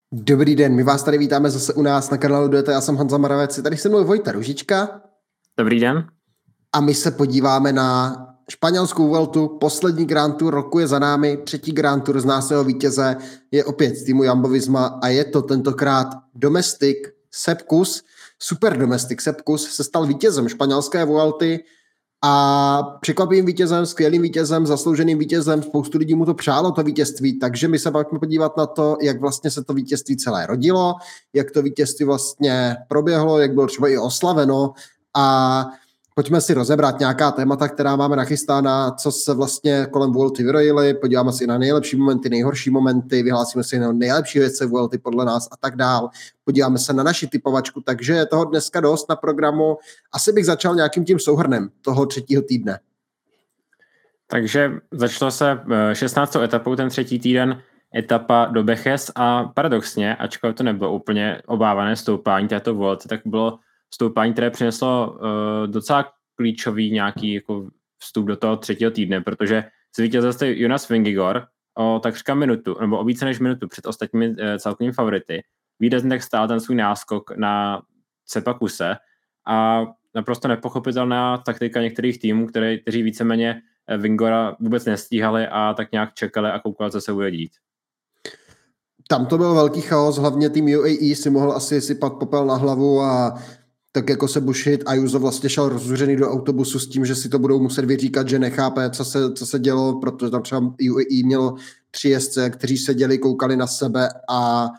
Dobrý den, my vás tady vítáme zase u nás na kanálu Dueta, já jsem Honza Moravec, je tady se mnou Vojta Ružička. Dobrý den. A my se podíváme na španělskou Vueltu, poslední Grand Tour roku je za námi, třetí Grand Tour z nás vítěze je opět z týmu Jumbo Visma a je to tentokrát domestik Sepp Kuss, super domestik Sepp Kuss se stal vítězem španělské Vuelty a překvapivým vítězem, skvělým vítězem, zaslouženým vítězem, spoustu lidí mu to přálo, to vítězství, takže my se pojďme podívat na to, jak vlastně se to vítězství celé rodilo, jak to vítězství vlastně proběhlo, jak bylo třeba i oslaveno a pojďme si rozebrat nějaká témata, která máme nachystána, co se vlastně kolem Vuelty vyrojily, podíváme si na nejlepší momenty, nejhorší momenty, vyhlásíme si na nejlepší věci Vuelty podle nás a tak dál. Podíváme se na naši typovačku, takže je toho dneska dost na programu. Asi bych začal nějakým tím souhrnem toho třetího týdne. Takže začalo se 16. etapou ten třetí týden, etapa do Beches a paradoxně, ačkoliv to nebylo úplně obávané stoupání této Vuelty, tak bylo stoupání, které přineslo docela klíčový nějaký jako vstup do toho třetího týdne, protože zvítězil jste Jonas Vingegaard o takřka minutu, nebo o více než minutu před ostatními celkovými favority. Vítězně tak stál ten svůj náskok na Seppa Kusse a naprosto nepochopitelná taktika některých týmů, kteří víceméně Vingegaarda vůbec nestíhali a tak nějak čekali a koukali, co se bude dít. Tam to byl velký chaos, hlavně tým UAE si mohl asi sypat popel na hlavu a tak jako se Bušit a Ayuso vlastně šel rozzuřený do autobusu s tím, že si to budou muset vyříkat, že nechápe, co se dělo, protože tam třeba UAE mělo 3 jezdce, kteří seděli, koukali na sebe a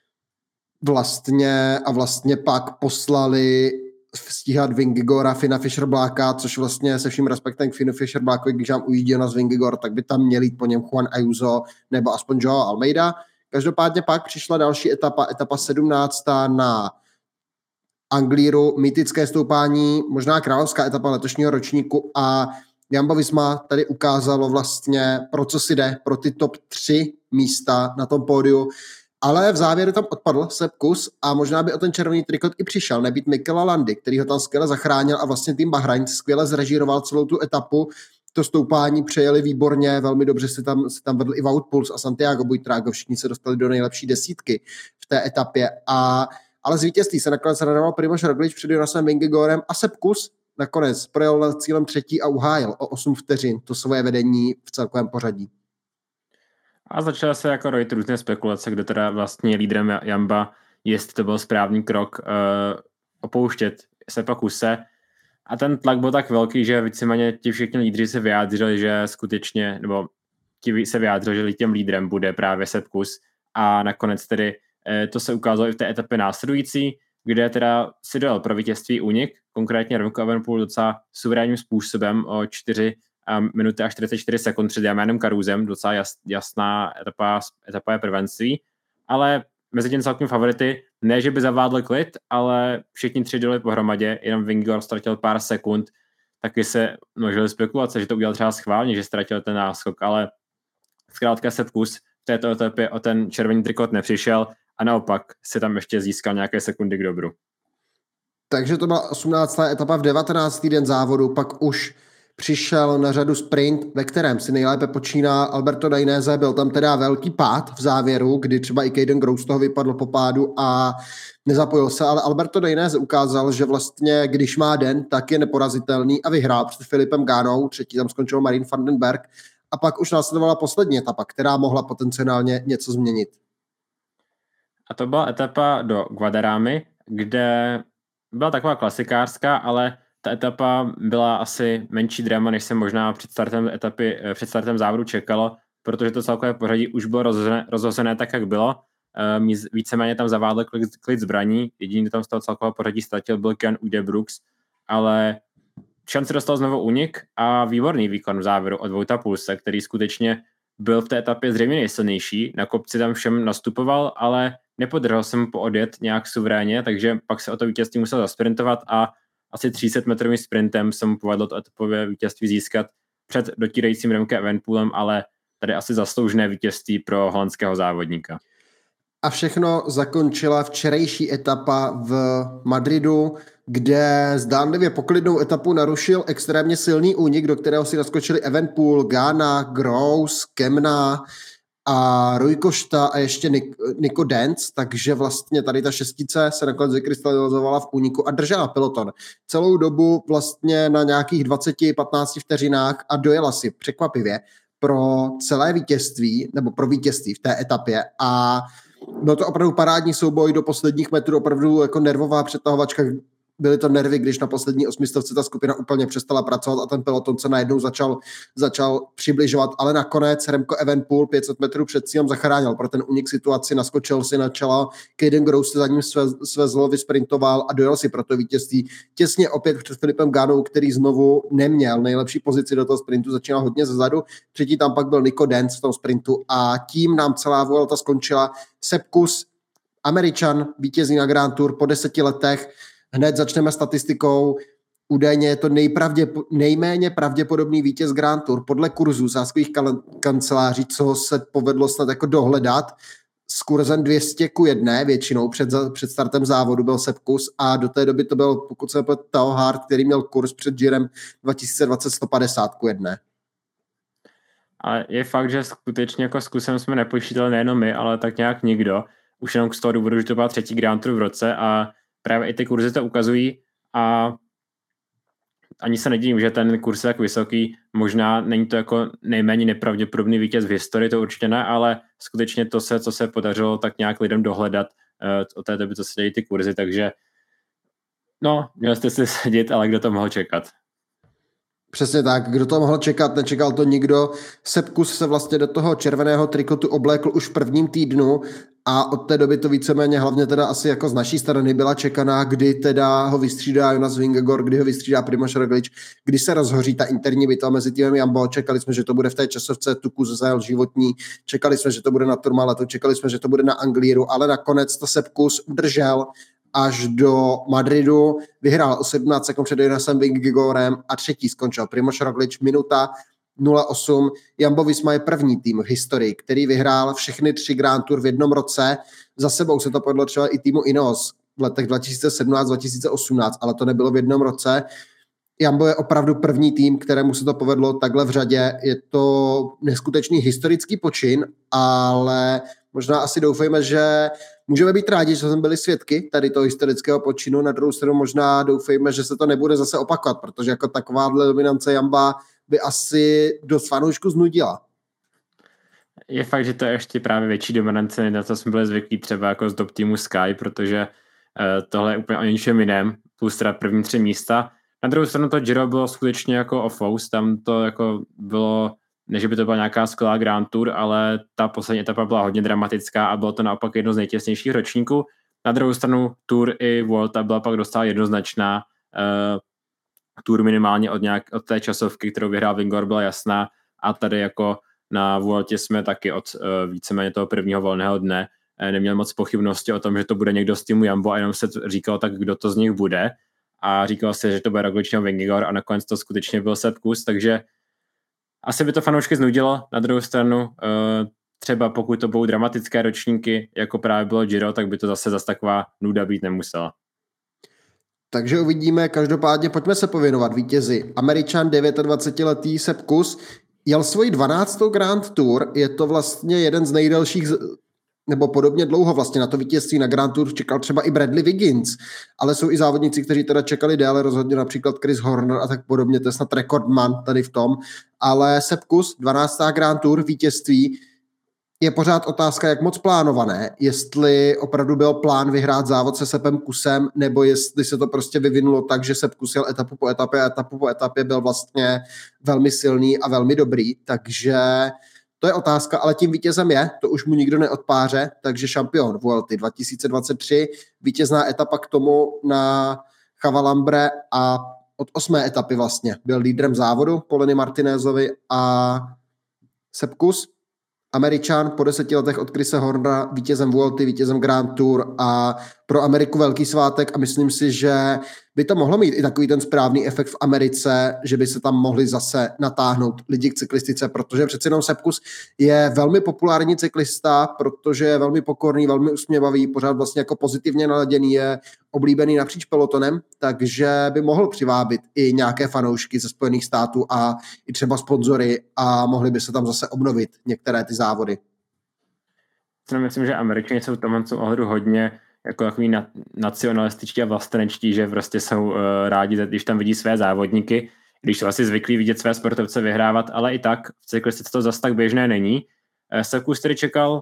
vlastně pak poslali stíhat Vingegaarda, Finna Fischer-Blacka, což vlastně se vším respektem k Finnu Fischer-Blackovi, když nám ujíždí Jonas Vingegaard, tak by tam měl jít po něm Juan Ayuso nebo aspoň Joao Almeida. Každopádně pak přišla další etapa 17. na Anglíru, mýtické stoupání, možná královská etapa letošního ročníku a Jumbo Visma tady ukázalo vlastně, pro co si jde, pro ty top 3 místa na tom pódiu, ale v závěru tam odpadl Sepp Kuss a možná by o ten červený trikot i přišel, nebýt Mikela Landy, který ho tam skvěle zachránil a vlastně tým Bahrain skvěle zrežíroval celou tu etapu. To stoupání přejeli výborně, velmi dobře si tam vedl i Wout Poels a Santiago Buitrago, všichni se dostali do nejlepší desítky v té etapě ale z vítězství se nakonec radoval Primož Roglič před Jonasem Vingegaardem a Sepp Kuss nakonec projel cílem třetí a uhájil o 8 vteřin to svoje vedení v celkovém pořadí. A začala se jako rojit různé spekulace, kdo teda vlastně lídrem Jamba, jestli to byl správný krok opouštět Seppa Kusse. A ten tlak byl tak velký, že víceméně ti všichni lídři se vyjádřili, že skutečně, nebo ti se vyjádřili, že těm lídrem bude právě Sepp Kuss. A nakonec tedy to se ukázalo i v té etapě následující, kde teda si dojel pro vítězství únik, konkrétně Remco Evenepoel docela suverénním způsobem o 4 minuty a 44 sekund před Damianem Caruzem, docela jasná etapa je prvenství, ale mezi tím celkem favority, ne, že by zavádl klid, ale všichni 3 doli pohromadě, jenom Vingegaard ztratil pár sekund, taky se množily spekulace, že to udělal třeba schválně, že ztratil ten náskok, ale zkrátka Sepp Kuss v této etapě o ten červený trikot nepřišel a naopak si tam ještě získal nějaké sekundy k dobru. Takže to byla 18. etapa v 19. den závodu, pak už přišel na řadu sprint, ve kterém si nejlépe počíná Alberto Dainese, byl tam teda velký pád v závěru, kdy třeba i Caden Gross toho vypadl po pádu a nezapojil se, ale Alberto Dainese ukázal, že vlastně když má den, tak je neporazitelný a vyhrál před Filipem Ganou, třetí tam skončil Marin van den Berg a pak už následovala poslední etapa, která mohla potenciálně něco změnit. A to byla etapa do Guadarramy, kde byla taková klasikářská, ale ta etapa byla asi menší drama, než se možná před startem závodu čekalo, protože to celkové pořadí už bylo rozhozené tak, jak bylo. Víceméně tam zavádl klid zbraní, jediný, kdo tam z toho celkového pořadí ztratil, byl Ken Ude-Brooks, ale šanci dostal znovu únik a výborný výkon v závěru od Wouta Poelse, který skutečně byl v té etapě zřejmě nejsilnější, na kopci tam všem nastupoval, ale nepodržel se mu poodjet nějak suverénně, takže pak se o to vítězství musel zasprintovat a asi 300 metrovým sprintem se mu povedlo to etapové vítězství získat před dotírajícím Remkem Evenepoelem, ale tady asi zasloužené vítězství pro holandského závodníka. A všechno zakončila včerejší etapa v Madridu, kde zdánlivě poklidnou etapu narušil extrémně silný únik, do kterého si naskočili Evenepoel, Gana, Gross, Kemna a Rui Costa a ještě Nico Dance, takže vlastně tady ta šestice se nakonec vykrystalizovala v úniku a držela peloton. Celou dobu vlastně na nějakých 20-15 vteřinách a dojela si překvapivě pro celé vítězství, nebo pro vítězství v té etapě a byl to opravdu parádní souboj do posledních metrů, opravdu jako nervová přetahovačka. Byly to nervy, když na poslední 800 ta skupina úplně přestala pracovat a ten peloton se najednou začal přibližovat, ale nakonec Remco Evenepoel 500 metrů před cílem zachránil pro ten únik situaci, naskočil si na čelo, Caden Gross se za ním svezl, vysprintoval a dojel si pro to vítězství těsně opět před Filipem Ganou, který znovu neměl nejlepší pozici do toho sprintu, začínal hodně zezadu, třetí tam pak byl Nico Dance v tom sprintu a tím nám celá Vuelta skončila. Sepp Kuss, Američan, vítězí na Grand Tour po 10 letech. Hned začneme statistikou. Údajně je to nejméně pravděpodobný vítěz Grand Tour podle kurzu sázkových kanceláří, co se povedlo snad jako dohledat. S kurzem 200:1 většinou před startem závodu byl Sepp Kuss a do té doby to byl, pokud se nepletu, Tao Hart, který měl kurz před Girem 2020 150:1. Ale je fakt, že skutečně jako s Kussem jsme nepočítali nejenom my, ale tak nějak nikdo. Už jenom z toho důvodu, že to byla 3. Grand Tour v roce a právě i ty kurzy to ukazují a ani se nedivím, že ten kurz je tak vysoký. Možná není to jako nejméně nepravděpodobný vítěz v historii, to určitě ne, ale skutečně to, co se podařilo tak nějak lidem dohledat o té doby, co se dějí ty kurzy, takže no, měli jste si sedět, ale kdo to mohl čekat? Přesně tak, kdo to mohl čekat, nečekal to nikdo. Sepp Kuss se vlastně do toho červeného trikotu oblékl už v prvním týdnu a od té doby to víceméně hlavně teda asi jako z naší strany byla čekaná, kdy teda ho vystřídá Jonas Vingegaard, kdy ho vystřídá Primož Roglič, kdy se rozhoří ta interní bitva mezi týmem Jumbo. Čekali jsme, že to bude v té časovce Tuku zajel životní, čekali jsme, že to bude na Tourmaletu, čekali jsme, že to bude na Anglíru, ale nakonec to Sepp Kuss udržel až do Madridu, vyhrál o 17 sekund před Jonasem Vingegaardem a třetí skončil Primož Roglič, minuta 0,8. Jumbo Visma je první tým v historii, který vyhrál všechny 3 Grand Tour v jednom roce. Za sebou se to povedlo třeba i týmu Ineos v letech 2017-2018, ale to nebylo v jednom roce. Jumbo je opravdu první tým, kterému se to povedlo takhle v řadě. Je to neskutečný historický počin, ale možná asi doufejme, že můžeme být rádi, že jsme byli svědky tady toho historického počinu. Na druhou stranu možná doufejme, že se to nebude zase opakovat, protože jako takováhle dominance Jamba by asi dost fanoušku znudila. Je fakt, že to je ještě právě větší dominance, na to jsme byli zvyklí třeba jako z top týmu Sky, protože tohle je úplně o něčem jiném, plus teda první 3 místa. Na druhou stranu to Giro bylo skutečně jako off-house, tam to jako bylo, ne že by to byla nějaká skvělá Grand Tour, ale ta poslední etapa byla hodně dramatická a bylo to naopak jedno z nejtěsnějších ročníků. Na druhou stranu Tour i Vuelta byla pak dostala jednoznačná. Tour minimálně od té časovky, kterou vyhrál Vingegaard, byla jasná a tady jako na Vueltě jsme taky od víceméně toho prvního volného dne neměli moc pochybnosti o tom, že to bude někdo z týmu Jumbo a jenom se říkalo tak, kdo to z nich bude a říkalo se, že to bude Roglič nebo Vingegaard a nakonec to skutečně byl Sepp Kuss, takže asi by to fanoušky znudilo. Na druhou stranu třeba pokud to budou dramatické ročníky, jako právě bylo Giro, tak by to zase taková nuda být nemusela. Takže uvidíme, každopádně pojďme se pověnovat vítězi. Američan 29letý Sepp Kuss jel svoji 12. Grand Tour, je to vlastně jeden z nejdelších, nebo podobně dlouho vlastně na to vítězství na Grand Tour čekal třeba i Bradley Wiggins, ale jsou i závodníci, kteří teda čekali déle, rozhodně například Chris Horner a tak podobně, to je snad rekordman tady v tom, ale Sepp Kuss, 12. Grand Tour, vítězství, je pořád otázka, jak moc plánované, jestli opravdu byl plán vyhrát závod se Seppem Kussem, nebo jestli se to prostě vyvinulo tak, že Sepp Kuss jel etapu po etapě byl vlastně velmi silný a velmi dobrý, takže to je otázka, ale tím vítězem je, to už mu nikdo neodpáře, takže šampion Vuelty 2023, vítězná etapa k tomu na Chavalambre a od 8. etapy vlastně byl lídrem závodu po Lenny Martinézovi a Sepp Kuss, Američan po 10 letech od Chrisa Hornera, vítězem Vuelty, vítězem Grand Tour a pro Ameriku velký svátek a myslím si, že by to mohlo mít i takový ten správný efekt v Americe, že by se tam mohli zase natáhnout lidi k cyklistice, protože přeci jenom Sepp Kuss je velmi populární cyklista, protože je velmi pokorný, velmi usměvavý, pořád vlastně jako pozitivně naladěný, je oblíbený napříč pelotonem, takže by mohl přivábit i nějaké fanoušky ze Spojených států a i třeba sponzory a mohli by se tam zase obnovit některé ty závody. myslím, že Američané jsou v tomhle ohledu hodně jako takový nacionalističtí a vlastenečtí, že prostě jsou rádi, když tam vidí své závodníky, když jsou asi zvyklí vidět své sportovce vyhrávat, ale i tak v cyklistice to zas tak běžné není. Sepp Kuss tedy čekal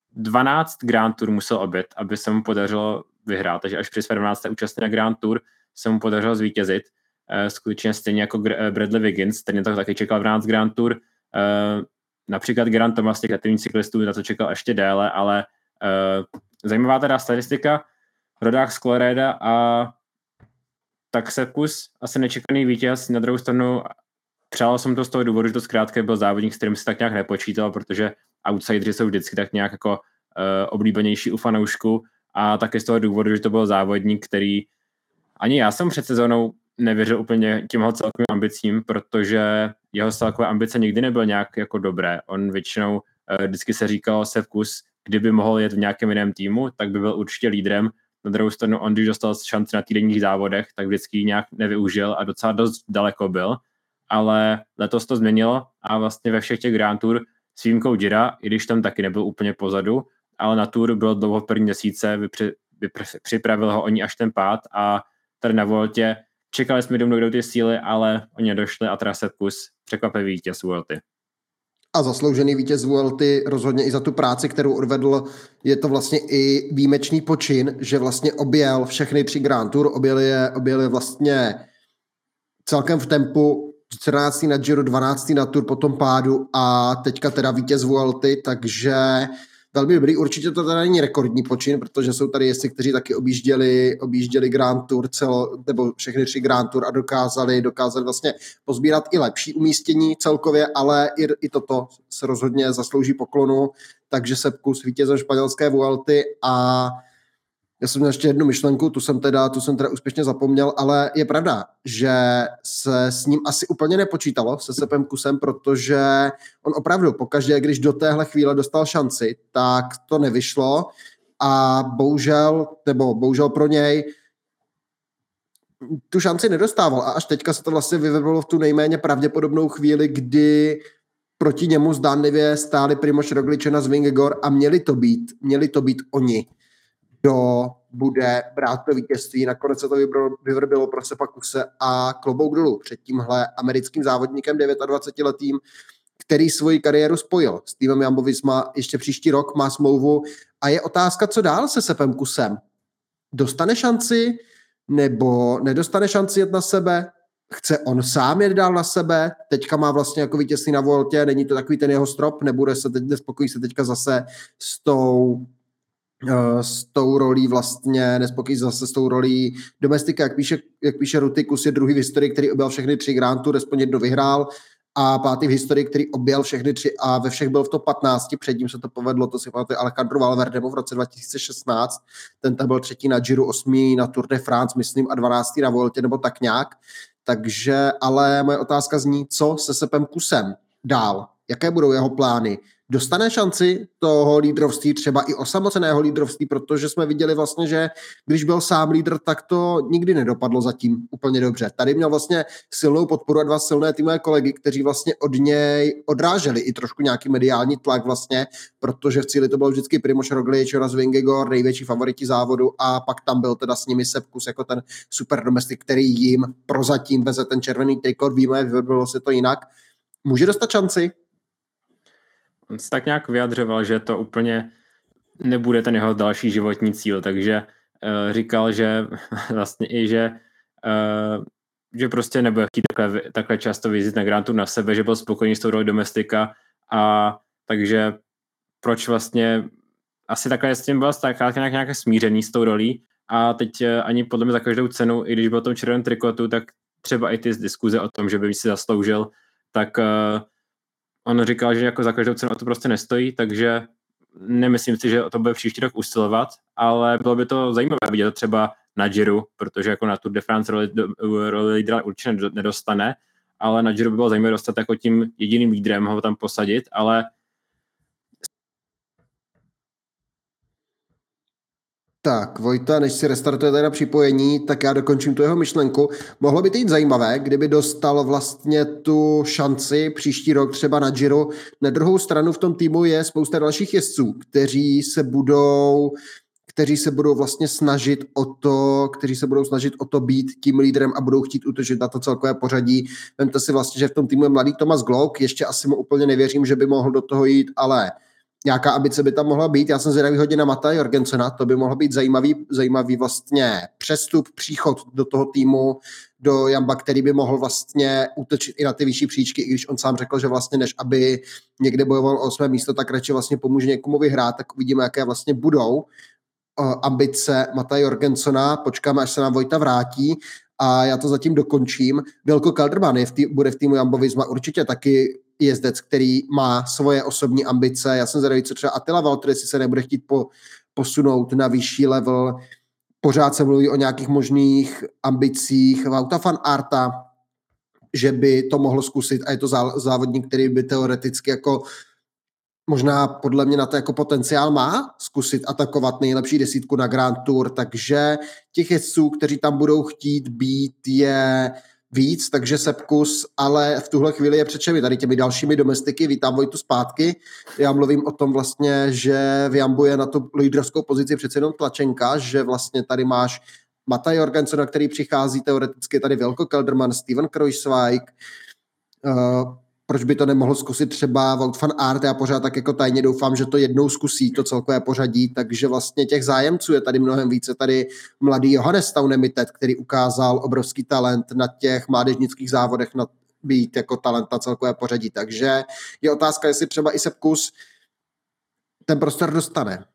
12 Grand Tour musel objet, aby se mu podařilo vyhrát, takže až při své 12. účasti na Grand Tour se mu podařilo zvítězit. Skutečně stejně jako Bradley Wiggins, ten to taky čekal 12 Grand Tour. Například Geraint Thomas těch aktivních cyklistů na to čekal ještě déle, ale zajímavá teda statistika, rodák z Colorada a tak Sepp Kuss asi nečekaný vítěz. Na druhou stranu přál jsem to z toho důvodu, že to zkrátka byl závodník, s kterým se tak nějak nepočítal, protože outsideri jsou vždycky tak nějak jako oblíbenější u fanoušku a taky z toho důvodu, že to byl závodník, který ani já jsem před sezónou nevěřil úplně těmho celkovým ambicím, protože jeho celkové ambice nikdy nebyl nějak jako dobré. On většinou vždycky se říkal Sepp Kuss, kdyby mohl jet v nějakém jiném týmu, tak by byl určitě lídrem. Na druhou stranu on, když dostal šanci na týdenních závodech, tak vždycky ji nějak nevyužil a docela dost daleko byl. Ale letos to změnilo a vlastně ve všech těch Grand Tour s výjimkou Gira, i když tam taky nebyl úplně pozadu, ale na Tour byl dlouho v první měsíce, připravil ho oni až ten pád a tady na Vueltě čekali jsme, kdo ty síly, ale oni nedošli a teda Sepp Kuss překvapivý vítěz Vuelty. A zasloužený vítěz Vuelty rozhodně i za tu práci, kterou odvedl, je to vlastně i výjimečný počin, že vlastně objel všechny 3 Grand Tour, objel je vlastně celkem v tempu 14. na Giro, 12. na Tour po tom pádu a teďka teda vítěz Vuelty, takže velmi dobrý. Určitě to teda není rekordní počin, protože jsou tady jezdci, kteří taky objížděli Grand Tour, nebo všechny 3 Grand Tour a dokázali vlastně pozbírat i lepší umístění celkově, ale i toto se rozhodně zaslouží poklonu, takže Sepp Kuss vítězem španělské Vuelty a já jsem měl ještě jednu myšlenku, tu jsem teda úspěšně zapomněl, ale je pravda, že se s ním asi úplně nepočítalo, se Seppem Kussem, protože on opravdu pokaždé, když do téhle chvíle dostal šanci, tak to nevyšlo a bohužel pro něj tu šanci nedostával a až teďka se to vlastně vyvrbilo v tu nejméně pravděpodobnou chvíli, kdy proti němu zdánlivě stáli Primož Roglič a Vingegaard a měli to být oni, kdo bude brát to vítězství. Nakonec se to vyvrbilo pro Seppa Kusse a klobouk dolů před tímhle americkým závodníkem 29letým, který svoji kariéru spojil s týmem Jumbo-Visma. Ještě příští rok má smlouvu a je otázka, co dál se Seppem Kussem. Dostane šanci nebo nedostane šanci jet na sebe? Chce on sám jet dál na sebe? Teďka má vlastně jako vítězství na Vueltě, není to takový ten jeho strop, nespokojí se teďka zase s tou rolí vlastně, nespokojí zase s tou rolí domestika, jak píše Ruty, Kuss je druhý v historii, který objel všechny 3 Grand Tour, aspoň jedno vyhrál a 5. v historii, který objel všechny 3 a ve všech byl v top 15, předtím se to povedlo, to si pamatuje Alejandro Valverdemu v roce 2016, ten tam byl 3. na Giro, 8. na Tour de France, myslím, a 12. na Vueltě, nebo tak nějak, takže, ale moje otázka zní, co se Seppem Kussem dál, jaké budou jeho plány, dostane šanci toho lídrovství, třeba i osamoceného lídrovství, protože jsme viděli vlastně, že když byl sám lídr, tak to nikdy nedopadlo zatím úplně dobře. Tady měl vlastně silnou podporu a 2 silné týmové kolegy, kteří vlastně od něj odráželi i trošku nějaký mediální tlak vlastně, protože v cíli to byl vždycky Primož Roglič, Jonas Vingegaard, největší favoriti závodu a pak tam byl teda s nimi Sepp Kuss jako ten super domestik, který jim prozatím veze ten červený trikot, víme, vyvrbilo se to jinak. Může dostat šanci? On se tak nějak vyjadřoval, že to úplně nebude ten jeho další životní cíl, takže říkal, že vlastně i, že prostě nebude chtít takhle často vyjít na Grand Tour na sebe, že byl spokojený s tou rolí domestika a takže proč vlastně asi takhle s tím byl nějaké smířený s tou rolí a teď ani podle mě za každou cenu, i když byl v tom červeném trikotu, tak třeba i ty diskuze o tom, že by si zasloužil, tak on říkal, že jako za každou cenu o to prostě nestojí, takže nemyslím si, že o to bude příští rok usilovat, ale bylo by to zajímavé vidět to třeba na Giro, protože jako na Tour de France roli lídra určitě nedostane, ale na Giro by bylo zajímavé dostat jako tím jediným lídrem, ho tam posadit, ale Tak, Vojta, než si restartuje teda připojení, tak já dokončím tu jeho myšlenku. Mohlo by to jít zajímavé, kdyby dostal vlastně tu šanci příští rok třeba na Giro. Na druhou stranu v tom týmu je spousta dalších jezdců, kteří se budou vlastně snažit o to být tím lídrem a budou chtít útočit na to celkové pořadí. Vemte si vlastně, že v tom týmu je mladý Thomas Glock, ještě asi mu úplně nevěřím, že by mohl do toho jít, ale nějaká ambice by tam mohla být. Já jsem zvědavý hodně na Mata Jorgensena, to by mohlo být zajímavý vlastně přestup, příchod do toho týmu, do Jamba, který by mohl vlastně útočit i na ty vyšší příčky, i když on sám řekl, že vlastně než aby někde bojoval o 8. místo, tak radši vlastně pomůže někomu vyhrát, tak uvidíme, jaké vlastně budou ambice Mata Jorgensena, počkáme, až se nám Vojta vrátí a já to zatím dokončím. Vilko Kelderman bude v týmu Jumbo Visma určitě taky jezdec, který má svoje osobní ambice. Já jsem zvědavý, co třeba Attila Valtteri, jestli se nebude chtít posunout na vyšší level. Pořád se mluví o nějakých možných ambicích Wouta van Aerta, že by to mohl zkusit a je to závodník, který by teoreticky jako možná podle mě na to jako potenciál má zkusit atakovat nejlepší desítku na Grand Tour, takže těch jezdců, kteří tam budou chtít být, je víc, takže Sepkus, ale v tuhle chvíli je před všemi tady těmi dalšími domestiky. Vítám Vojtu zpátky. Já mluvím o tom vlastně, že v Jambu je na tu lídrovskou pozici přece jenom tlačenka, že vlastně tady máš Mata Jorgensena, který přichází teoreticky, tady Vilko Kelderman, Steven Kruijswijk, proč by to nemohl zkusit třeba Wout van Aert, já pořád tak jako tajně doufám, že to jednou zkusí, to celkové pořadí, takže vlastně těch zájemců je tady mnohem více, tady mladý Johannes Staunemitedt, který ukázal obrovský talent na těch mládežnických závodech, na být jako talent na celkové pořadí, takže je otázka, jestli třeba i Sepkus ten prostor dostane.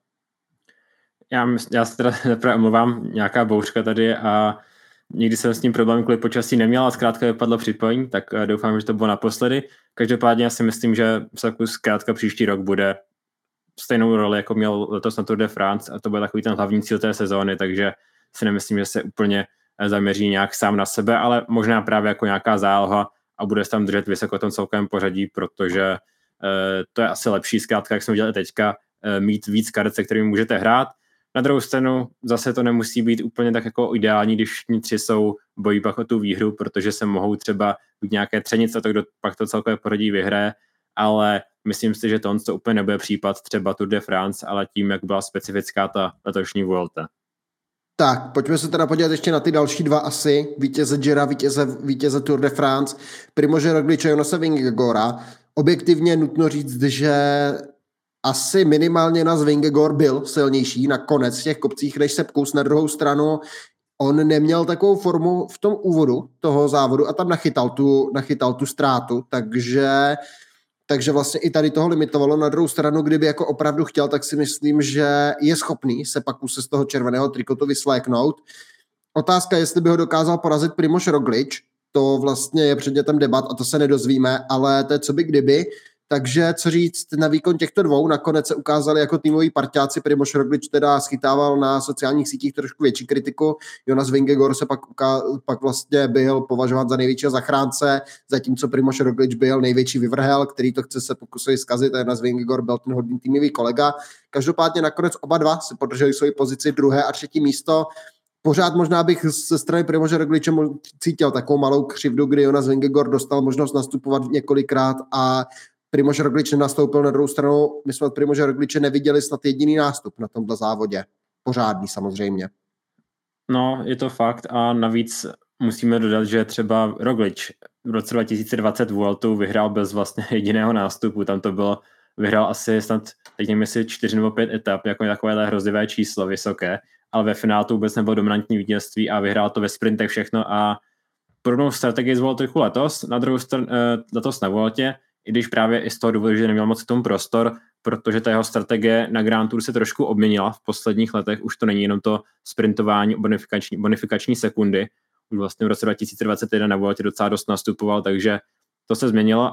Já se teda omlouvám, nějaká bouřka tady a nikdy jsem s tím problém kvůli počasí neměl a zkrátka vypadlo připojení, tak doufám, že to bylo naposledy. Každopádně já si myslím, že Sepkus zkrátka příští rok bude stejnou roli, jako měl letos na Tour de France a to byl takový ten hlavní cíl té sezóny, takže si nemyslím, že se úplně zaměří nějak sám na sebe, ale možná právě jako nějaká záloha a bude se tam držet vysoko v tom celkovém pořadí, protože to je asi lepší zkrátka, jak jsme viděli teďka, mít víc karet, se kterými můžete hrát. Na druhou stranu zase to nemusí být úplně tak jako ideální, když všichni tři jsou bojí pak o tu výhru, protože se mohou třeba být nějaké třenice, to kdo pak to celkové pořadí vyhraje, ale myslím si, že to úplně nebude případ třeba Tour de France, ale tím, jak byla specifická ta letošní Vuelta. Tak, pojďme se teda podívat ještě na ty další dva asi, vítěze Gira, vítěze Tour de France, Primože Rogliče, Jonase Vingegaarda. Objektivně nutno říct, že asi minimálně na Vingegaard byl silnější na konec v těch kopcích než Sepkus. Na druhou stranu on neměl takovou formu v tom úvodu toho závodu a tam nachytal tu ztrátu, takže vlastně i tady toho limitovalo. Na druhou stranu, kdyby jako opravdu chtěl, tak si myslím, že je schopný se pak z toho červeného trikotu vysléknout. Otázka, jestli by ho dokázal porazit Primož Roglič, to vlastně je předmětem debat a to se nedozvíme, ale to je co by kdyby. Takže co říct na výkon těchto dvou, nakonec se ukázali jako týmoví parťáci, Primož Roglič teda schytával na sociálních sítích trošku větší kritiku, Jonas Vingegaard se pak vlastně byl považován za největšího zachránce, zatímco Primož Roglič byl největší vyvrhel, který to chce se pokusit zkazit a Jonas Vingegaard byl ten hodný týmový kolega. Každopádně nakonec oba dva si podrželi svoji pozici 2. a 3. místo. Pořád možná bych ze strany Primože Rogliče cítil takovou malou křivdu, kdy Jonas Vingegaard dostal možnost nastupovat několikrát a Primož Roglič nenastoupil. Na druhou stranu, my jsme od Primože Rogliče neviděli snad jediný nástup na tomhle závodě. Pořádný samozřejmě. No, je to fakt a navíc musíme dodat, že třeba Roglič v roce 2020 Vueltu vyhrál bez vlastně jediného nástupu. Tam to bylo, vyhrál asi snad, teď nevím, jestli 4 nebo 5 etap, jako takovéhle hrozivé číslo, vysoké, ale ve finále to vůbec nebylo dominantní vítězství a vyhrál to ve sprintech všechno a podobnou strategii zvolil trochu letos, na druhou stranu letos na Vueltě, i když právě i z toho důvodu, že neměl moc k tomu prostor, protože ta jeho strategie na Grand Tour se trošku obměnila v posledních letech, už to není jenom to sprintování bonifikační sekundy, už vlastně v roce 2021 na Vueltě docela dost nastupoval, takže to se změnilo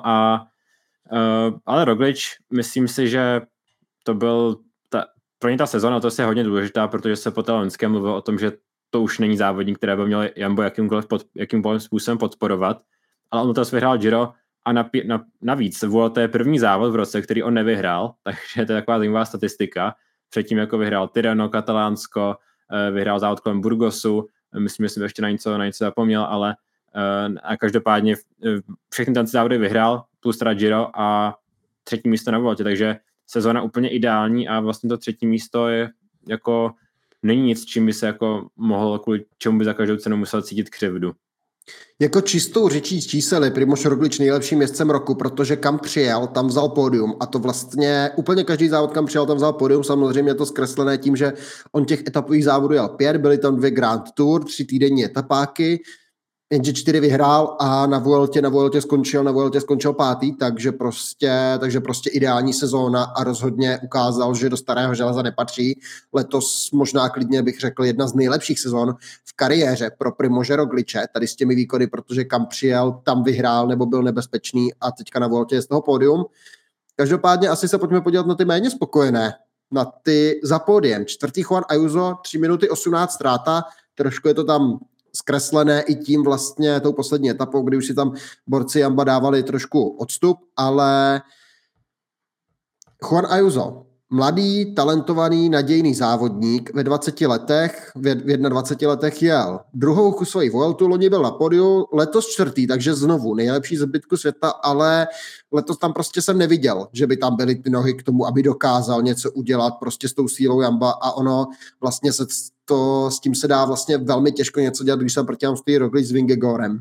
ale Roglič, myslím si, že to byl pro ně ta sezona, to je hodně důležitá, protože se po té loňské mluvilo o tom, že to už není závodník, který by měl Jumbo jakýmkoliv způsobem podporovat, ale on to vyhrál Giro a navíc Vuelta je první závod v roce, který on nevyhrál, takže to je taková zajímavá statistika. Předtím jako vyhrál Tirreno, Katalánsko, vyhrál závod kolem Burgosu, myslím, že jsem ještě na něco zapomněl, ale a každopádně všechny ten závody vyhrál, plus teda Giro a 3. místo na Vueltě, takže sezóna úplně ideální a vlastně to 3. místo je jako není nic, čím by se jako mohl, kvůli čemu by za každou cenu musel cítit křivdu. Jako čistou řečí čísel je Primož Roglič nejlepším jezdcem roku, protože kam přijel, tam vzal pódium a to vlastně úplně každý závod, kam přijel, tam vzal pódium, samozřejmě je to zkreslené tím, že on těch etapových závodů jel 5, byly tam 2 Grand Tour, 3 týdenní etapáky, jenže 4 vyhrál a na Vueltě skončil 5., takže prostě ideální sezóna a rozhodně ukázal, že do starého železa nepatří. Letos možná klidně bych řekl jedna z nejlepších sezón v kariéře pro Primože Rogliče, tady s těmi výkony, protože kam přijel, tam vyhrál nebo byl nebezpečný a teďka na Vueltě je z toho pódium. Každopádně asi se pojďme podívat na ty méně spokojené, na ty za pódiem. 4. Juan Ayuso, 3 minuty 18 ztráta, trošku je to tam zkreslené i tím vlastně tou poslední etapou, kdy už si tam borci Jamba dávali trošku odstup, ale Juan Ayuso, mladý, talentovaný, nadějný závodník ve 20 letech, v 21 letech jel druhou svoji Vueltu, loni byl na podiu, letos 4., takže znovu nejlepší zbytku světa, ale letos tam prostě jsem neviděl, že by tam byly ty nohy k tomu, aby dokázal něco udělat prostě s tou sílou Jamba a ono vlastně s tím se dá vlastně velmi těžko něco dělat, když se proti nám stojí Roglič s Vingegorem.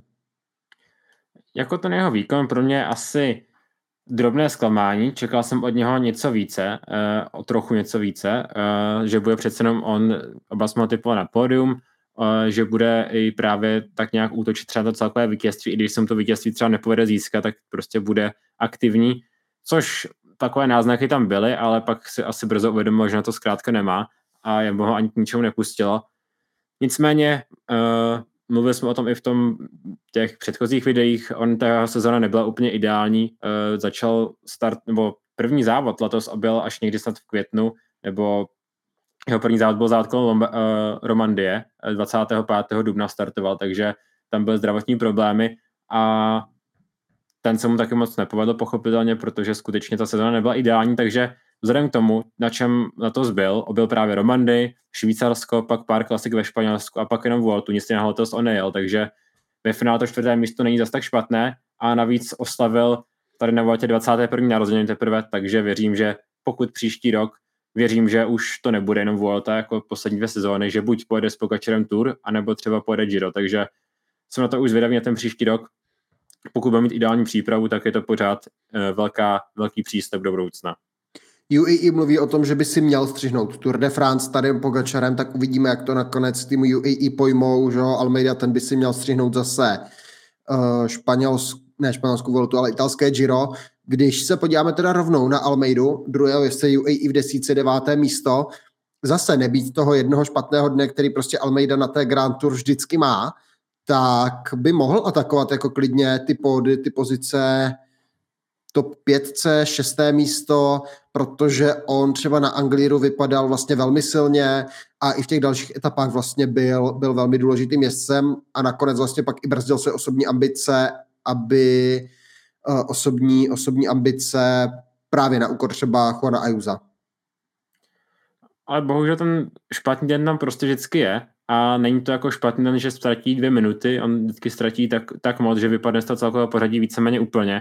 Jako ten jeho výkon pro mě asi drobné zklamání, čekal jsem od něho něco více, o trochu něco více, že bude přece jenom on, oba jsme ho typoval na pódium, že bude i právě tak nějak útočit třeba to celkové vítězství, i když se mu to vítězství třeba nepovede získat, tak prostě bude aktivní, což takové náznaky tam byly, ale pak si asi brzo uvědomil, že na to zkrátka nemá a Jumbo ho ani k ničemu nepustilo. Nicméně mluvili jsme o tom i v těch předchozích videích, ta sezóna nebyla úplně ideální, začal nebo první závod letos objel až někdy snad v květnu, nebo jeho první závod byl závod kolem Romandie, 25. dubna startoval, takže tam byly zdravotní problémy a ten se mu taky moc nepovedl pochopitelně, protože skutečně ta sezóna nebyla ideální, takže vzhledem k tomu, na čem letos objel právě Romandii, Švýcarsko, pak pár klasik ve Španělsku a pak jenom Vueltu, nic jiného letos on nejel, takže ve finále to 4. místo není zas tak špatné a navíc oslavil tady na Vueltě 21. narozeniny teprve, takže věřím, že pokud příští rok, věřím, že už to nebude jenom Vuelta jako poslední 2 sezóny, že buď pojede s Pogačarem Tour, anebo třeba pojede Giro, takže jsem na to už zvědavý na ten příští rok. Pokud bude mít ideální přípravu, tak je to pořád velký přístup do budoucna. UAE mluví o tom, že by si měl střihnout Tour de France tady Pogačarem, tak uvidíme, jak to nakonec týmu UAE pojmou, že Almeida ten by si měl střihnout zase španělskou Vueltu, ale italské Giro. Když se podíváme teda rovnou na Almeidu, druhého jezdce UAE v 10. 9. místo, zase nebýt toho jednoho špatného dne, který prostě Almeida na té Grand Tour vždycky má, tak by mohl atakovat jako klidně ty pozice top 5, 6. místo, protože on třeba na Angliru vypadal vlastně velmi silně a i v těch dalších etapách vlastně byl velmi důležitým jezdcem a nakonec vlastně pak i brzdil své osobní ambice, aby osobní ambice právě na úkor třeba Juana Ayusa. Ale bohužel ten špatný den tam prostě vždycky je a není to jako špatný den, že ztratí 2 minuty, on vždycky ztratí tak moc, že vypadne z toho celkového pořadí víceméně úplně.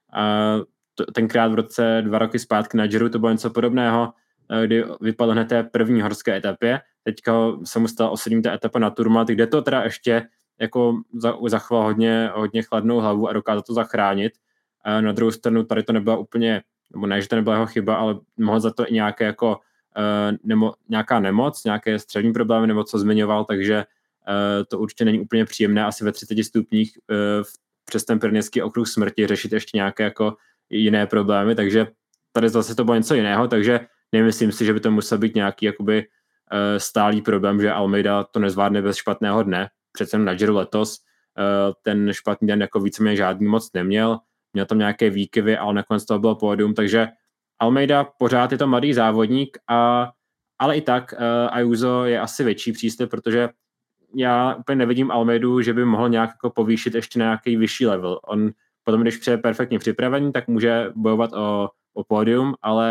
Tenkrát v roce 2 roky zpátky na Giro to bylo něco podobného, kdy vypadl hned té první horské etapě, teďka se mu stala 7. etapa na Tourmalet, kde to teda ještě jako zachoval hodně chladnou hlavu a dokázal to zachránit. Na druhou stranu tady to nebyla úplně, nebo ne, že to nebyla jeho chyba, ale mohl za to i nějaké jako nějaká nemoc, nějaké střevní problémy, nebo co zmiňoval, takže to určitě není úplně příjemné asi ve 30 stupních přes ten Pyrenejský okruh smrti řešit ještě nějaké jako jiné problémy, takže tady zase to bylo něco jiného, takže nemyslím si, že by to musel být nějaký jakoby stálý problém, že Almeida to nezvládne bez špatného dne. Přece na Giro letos ten špatný den jako víceméně žádný moc neměl, měl tam nějaké výkyvy, ale nakonec toho bylo pódium, takže Almeida pořád je to mladý závodník, ale i tak Ayuso je asi větší přístup, protože já úplně nevidím Almeidu, že by mohl nějak jako povýšit ještě na nějaký vyšší level. On potom, když přijde perfektně připravený, tak může bojovat o pódium, ale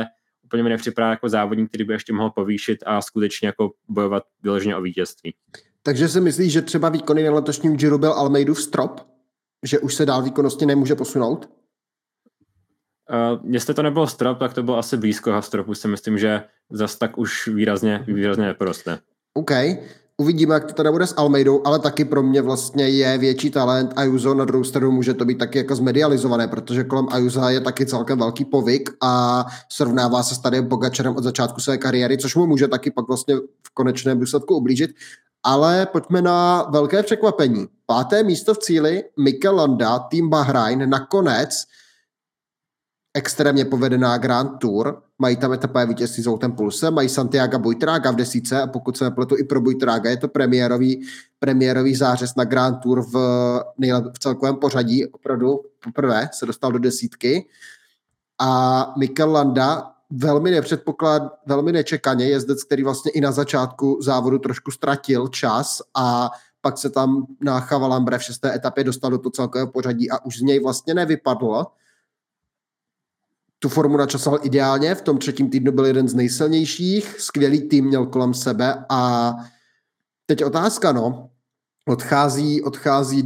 úplně mi nepřipadá jako závodník, který by ještě mohl povýšit a skutečně jako bojovat vyloženě o vítězství. Takže si myslíš, že třeba výkony na letošním Giro byl Almeidův strop? Že už se dál výkonnostně nemůže posunout? Jestli to nebylo strop, tak to bylo asi blízko jeho stropu. Si myslím, že zas tak už výrazně neporoste. OK. Uvidíme, jak to teda bude s Almeidou, ale taky pro mě vlastně je větší talent Ayuso, na druhou stranu může to být taky jako zmedializované, protože kolem Ayusa je taky celkem velký povyk a srovnává se s Tadejom Pogačarem od začátku své kariéry, což mu může taky pak vlastně v konečném důsledku ublížit. Ale pojďme na velké překvapení. 5. místo v cíli, Mikel Landa, tým Bahrain, nakonec extrémně povedená Grand Tour, mají tam etapové vítězství s Woutem Poulsem, mají Santiago Buitraga v 10 a pokud se nepletu i pro Buitraga, je to premiérový zářez na Grand Tour v celkovém pořadí, opravdu poprvé se dostal do 10. A Mikel Landa velmi nečekaně jezdec, který vlastně i na začátku závodu trošku ztratil čas a pak se tam na Chavalambre v 6. etapě dostal do toho celkového pořadí a už z něj vlastně nevypadlo. Tu formu načasoval ideálně, v tom 3. týdnu byl jeden z nejsilnějších, skvělý tým měl kolem sebe a teď otázka, no, odchází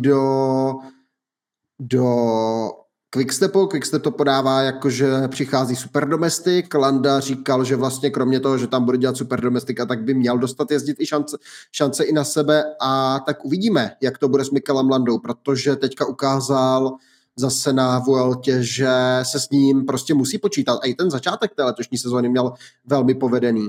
do Quickstepu, Quickstep to podává jako, že přichází superdomestik, Landa říkal, že vlastně kromě toho, že tam bude dělat superdomestika, tak by měl dostat jezdit i šance i na sebe a tak uvidíme, jak to bude s Mikelem Landou, protože teďka ukázal zase na Vueltě, že se s ním prostě musí počítat. A i ten začátek té letošní sezóny měl velmi povedený.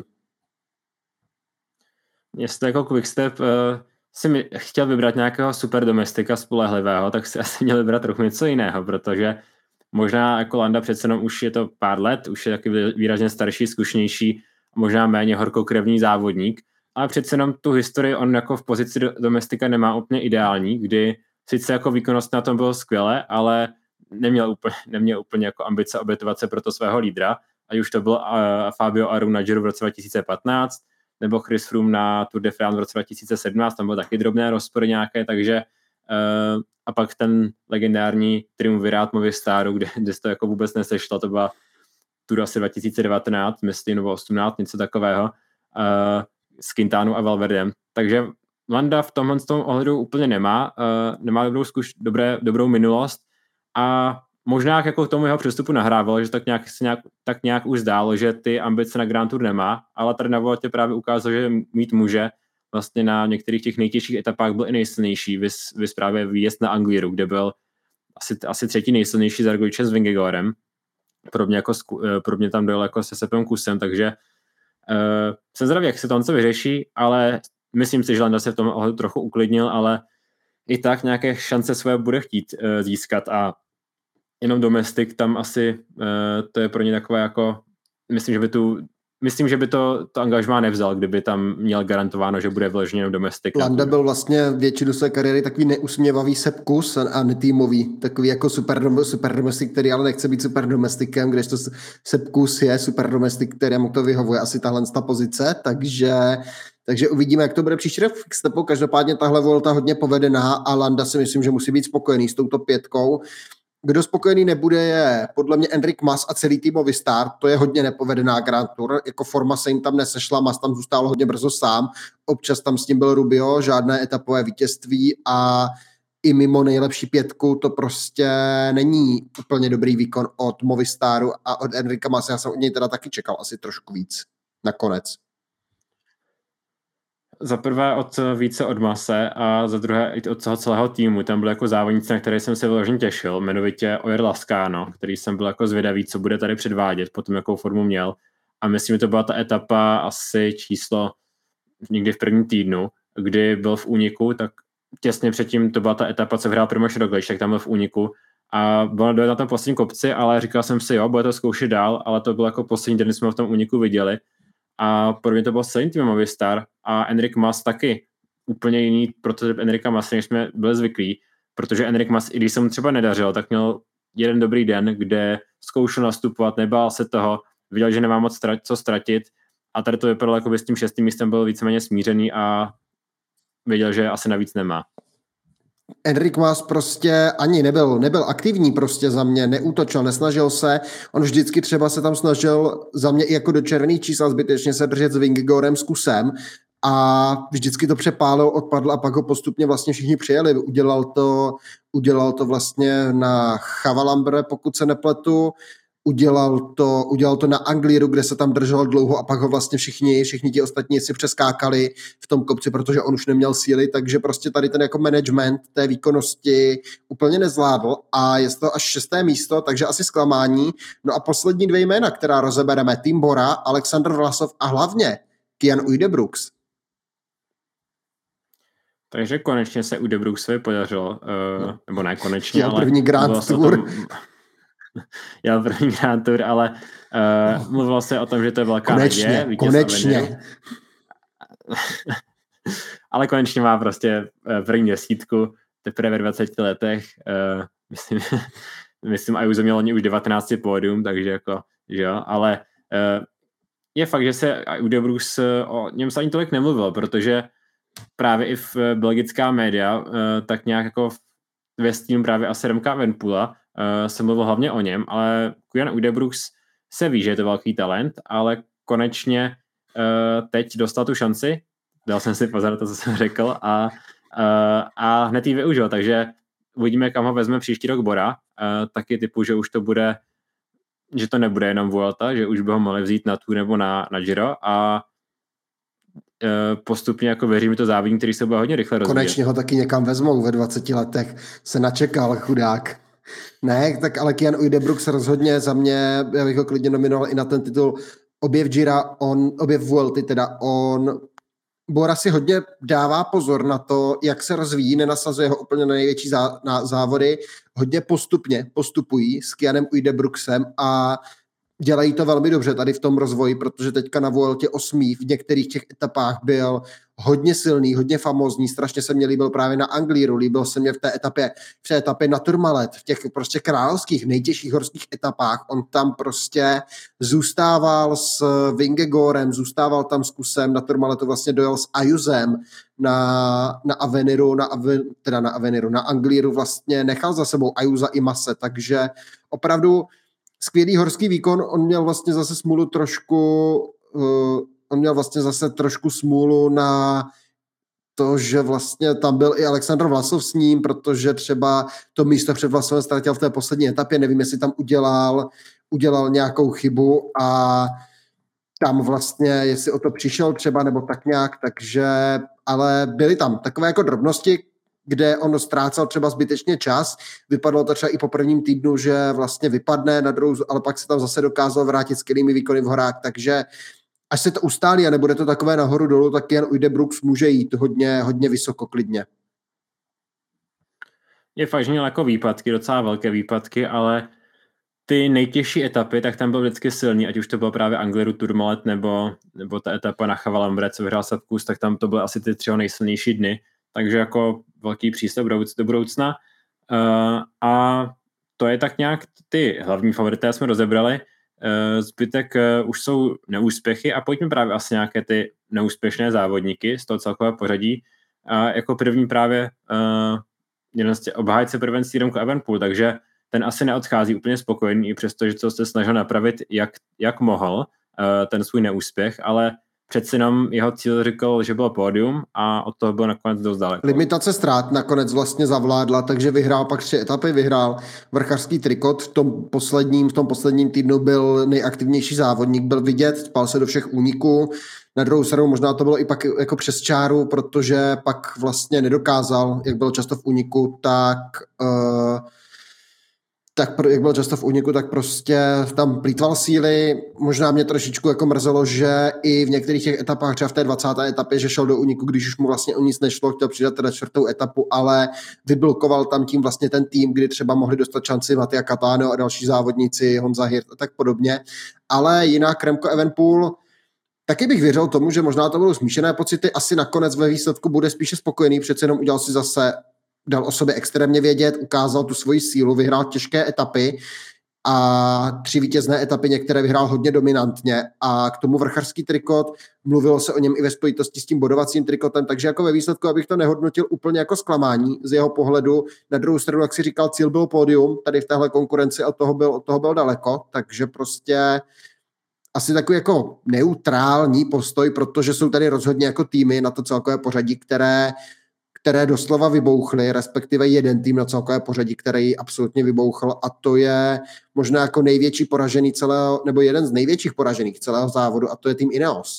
Jestli jako Quickstep si chtěl vybrat nějakého super domestika spolehlivého, tak si asi měl vybrat trochu něco jiného, protože možná jako Landa přece jenom už je to pár let, už je taky výrazně starší, zkušenější, možná méně horkokrevný závodník, ale přece jenom tu historii on jako v pozici domestika nemá úplně ideální, kdy sice jako výkonnost na tom bylo skvěle, ale neměl úplně jako ambice obětovat se pro to svého lídra, ať už to byl Fabio Aru na Giro v roce 2015, nebo Chris Froome na Tour de France v roce 2017, tam byly taky drobné rozpory nějaké, takže a pak ten legendární triumvirát Movistaru, kde se to jako vůbec nesešlo, to byla Tour asi 2019, myslím, nebo 18, něco takového, s Quintánou a Valverdem, takže Landa v tomhle ohledu úplně nemá dobrou minulost a možná jako k tomu jeho přístupu nahrával, že tak nějak už zdálo, že ty ambice na Grand Tour nemá, ale tady na Vueltě právě ukázal, že mít může. Vlastně na některých těch nejtěžších etapách byl i nejsilnější, vys právě výjezd na Anglieru, kde byl asi 3. nejsilnější s Argovičem s Vingegorem. Pro mě tam dojel jako se Sepem Kusem, takže jsem zvědavý, jak se to vyřeší, ale myslím si, že Landa se v tom ohledu trochu uklidnil, ale i tak nějaké šance svoje bude chtít získat a jenom domestik tam asi to je pro ně takové jako, myslím, že by to angažmá nevzal, kdyby tam měl garantováno, že bude vložený jenom domestik. Landa byl vlastně většinu své kariéry takový neusměvavý Sepkus a netýmový, takový jako super domestik, který ale nechce být super domestikem, kdežto Sepkus je super domestik, kterému to vyhovuje asi tahle pozice, takže uvidíme, jak to bude příští rok v Quickstepu. Každopádně tahle Vuelta hodně povedená a Landa si myslím, že musí být spokojený s touto 5. Kdo spokojený nebude, je podle mě Enric Mas a celý tým Movistar. To je hodně nepovedená Grand Tour. Jako forma se jim tam nesešla, Mas tam zůstal hodně brzo sám. Občas tam s ním byl Rubio, žádné etapové vítězství a i mimo nejlepší 5 to prostě není úplně dobrý výkon od Movistaru a od Enrica Masa. Já jsem od něj teda taky čekal asi trošku víc nakonec. Za prvé více od Mase a za druhé i od toho celého týmu. Tam byl jako závodníci, na které jsem se vyloženě těšil, jmenovitě Ojer Lascano, který jsem byl jako zvědavý, co bude tady předvádět, potom jakou formu měl. A myslím, že to byla ta etapa asi číslo někdy v 1. týdnu, kdy byl v úniku, tak těsně předtím to byla ta etapa, co vyhrál Primož Roglič, tak tam byl v úniku. A byl na tom posledním kopci, ale říkal jsem si, jo, bude to zkoušet dál, ale to byl jako poslední den, kdy jsme ho v tom úniku viděli. A pro mě to byl celý tým Movistar a Enric Mas taky úplně jiný prototyp Enrica Masa, než jsme byli zvyklí, protože Enric Mas, i když se mu třeba nedařilo, tak měl jeden dobrý den, kde zkoušel nastupovat, nebál se toho, viděl, že nemá moc co ztratit a tady to vypadalo, jako by s tím 6. místem byl víceméně smířený a věděl, že asi navíc nemá. Enric Mas prostě ani nebyl aktivní prostě za mě, neútočil, nesnažil se, on vždycky třeba se tam snažil za mě i jako do červených čísel zbytečně se držet s Vingegorem s kusem a vždycky to přepálil, odpadl a pak ho postupně vlastně všichni přijeli. Udělal to vlastně na Chavalambre, pokud se nepletu, udělal to na Angliru, kde se tam držel dlouho a pak ho vlastně všichni ti ostatní si přeskákali v tom kopci, protože on už neměl síly, takže prostě tady ten jako management té výkonnosti úplně nezvládl a je to až 6. místo, takže asi zklamání. No a poslední 2 jména, která rozebereme, Tim Bora, Alexander Vlasov a hlavně Kian Uijdebrooks. Takže konečně se Uijdebrooksovi podařilo, nebo ne konečně, ale... První Grand Tour. Jel první Grand Tour, ale mluvilo se o tom, že to je velká naděje. Konečně. Ale konečně má prostě první 10 teprve ve 20 letech. Myslím, Ayuso měl už 19 pódium, takže jako, že jo, ale je fakt, že se Uijdebrooks o něm se ani tolik nemluvil, protože právě i v belgická média tak nějak jako ve stínu právě asi Remka Evenepoela se mluvil hlavně o něm, ale Kian Uijdebrooks se ví, že je to velký talent, ale konečně teď dostal tu šanci, dal jsem si pozor na to, co jsem řekl a hned ji využil, takže uvidíme, kam ho vezme příští rok Bora, taky typu, že už to bude, že to nebude jenom Vuelta, že už by ho mohli vzít na Tour nebo na Giro a postupně jako věřím, to závodník, který se bude hodně rychle rozvíjet. Konečně ho taky někam vezmou ve 20 letech, se načekal, chudák. Ne, tak ale Kian Uijdebrooks rozhodně za mě, já bych ho klidně nominoval i na ten titul objev Gira, objev Vuelty, teda on Bora si hodně dává pozor na to, jak se rozvíjí, nenasazuje ho úplně na největší závody, hodně postupují s Kianem Uijdebrooksem a dělají to velmi dobře tady v tom rozvoji, protože teďka na Vueltě 8. v některých těch etapách byl hodně silný, hodně famózní, strašně se mě líbil právě na Angliru, líbil se mě v té etapě na Tourmalet, v těch prostě královských, nejtěžších horských etapách, on tam prostě zůstával s Vingegorem, zůstával tam s kusem, na Tourmaletu vlastně dojel s Ayusem, na Angliru vlastně nechal za sebou Ayusa i Mase, takže opravdu skvělý horský výkon, on měl vlastně zase trošku smůlu na to, že vlastně tam byl i Alexander Vlasov s ním, protože třeba to místo před Vlasovem ztratil v té poslední etapě, nevím, jestli tam udělal nějakou chybu a tam vlastně, jestli o to přišel třeba, nebo tak nějak, takže, ale byly tam takové jako drobnosti, kde on ztrácel třeba zbytečně čas. Vypadalo to třeba i po prvním týdnu, že vlastně vypadne na druhou, ale pak se tam zase dokázal vrátit skvělými výkony v horách, takže až se to ustálí a nebude to takové nahoru dolů, tak jen Uijdebrooks může jít hodně vysoko klidně. Je fakt, že měl jako výpadky, docela velké výpadky, ale ty nejtěžší etapy, tak tam byl vždycky silný, ať už to bylo právě Angliru, Tourmalet nebo ta etapa na Chavalambre, co vyhrál Sapkus, tak tam to byly asi ty 3 nejsilnější dny. Takže jako velký přístup do budoucna. A to je tak nějak ty hlavní favorité jsme rozebrali. Zbytek už jsou neúspěchy a pojďme právě asi nějaké ty neúspěšné závodníky z toho celkového pořadí. A jako první právě jeden z obhájce prvenství Remco Evenepoel, takže ten asi neodchází úplně spokojený, i přesto, že to se snažil napravit, jak mohl ten svůj neúspěch, ale přeci jenom jeho cíl říkal, že bylo pódium a od toho byl nakonec dost daleko. Limitace ztrát nakonec vlastně zavládla, takže vyhrál pak 3 etapy, vyhrál vrchařský trikot, v tom posledním týdnu byl nejaktivnější závodník, byl vidět, spal se do všech úniků, na druhou stranu možná to bylo i pak jako přes čáru, protože pak vlastně nedokázal, jak byl často v úniku, tak prostě tam plýtval síly. Možná mě trošičku jako mrzelo, že i v některých těch etapách, třeba v té 20. etapě, že šel do úniku, když už mu vlastně o nic nešlo, chtěl přidat teda 4. etapu, ale vyblokoval tam tím vlastně ten tým, kdy třeba mohli dostat šanci Mattia Catano a další závodníci, Honza Hirt a tak podobně. Ale jinak Remco Evenepoel, taky bych věřil tomu, že možná to budou smíšené pocity, asi nakonec ve výsledku bude spíše spokojený, přece jenom udělal si zase, dal o sobě extrémně vědět, ukázal tu svoji sílu, vyhrál těžké etapy. a 3 vítězné etapy, některé vyhrál hodně dominantně a k tomu vrchařský trikot, mluvilo se o něm i ve spojitosti s tím bodovacím trikotem, takže jako ve výsledku, abych to nehodnotil úplně jako zklamání z jeho pohledu, na druhou stranu, jak si říkal, cíl byl pódium, tady v téhle konkurenci od toho byl daleko, takže prostě asi takový jako neutrální postoj, protože jsou tady rozhodně jako týmy na to celkové pořadí, které doslova vybouchly, respektive jeden tým na celkové pořadí, který absolutně vybouchl a to je možná jako největší poražený celého, nebo jeden z největších poražených celého závodu a to je tým Ineos.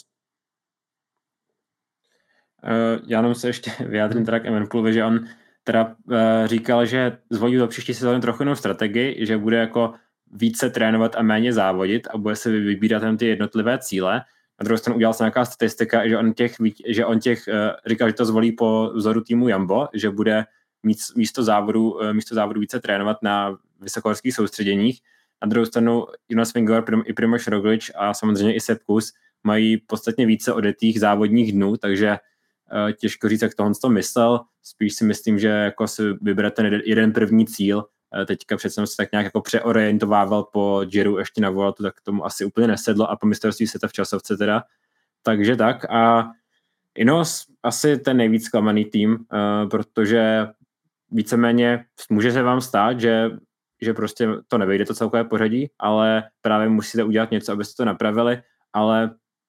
Já jenom se ještě vyjádřím teda k Evenepoelovi, že on teda říkal, že zvolí do příští sezóny trochu jinou strategii, že bude jako více trénovat a méně závodit a bude se vybírat tam ty jednotlivé cíle. Na druhou stranu udělal se nějaká statistika, že on říkal, že to zvolí po vzoru týmu Jumbo, že bude místo závodu více trénovat na vysokohorských soustředěních. Na druhou stranu Jonas Vingegaard i Primož Roglič a samozřejmě i Sepp Kuss mají podstatně více odetých závodních dnů, takže těžko říct, jak tohle to myslel. Spíš si myslím, že jako si vybere ten jeden první cíl. Teďka přece se tak nějak jako přeorientovával po Giro ještě na Vueltu, tak tomu asi úplně nesedlo a po mistrovství světa v časovce teda. Takže tak a Ineos asi ten nejvíc zklamaný tým, protože víceméně může se vám stát, že prostě to nevejde to celkové pořadí, ale právě musíte udělat něco, abyste to napravili, ale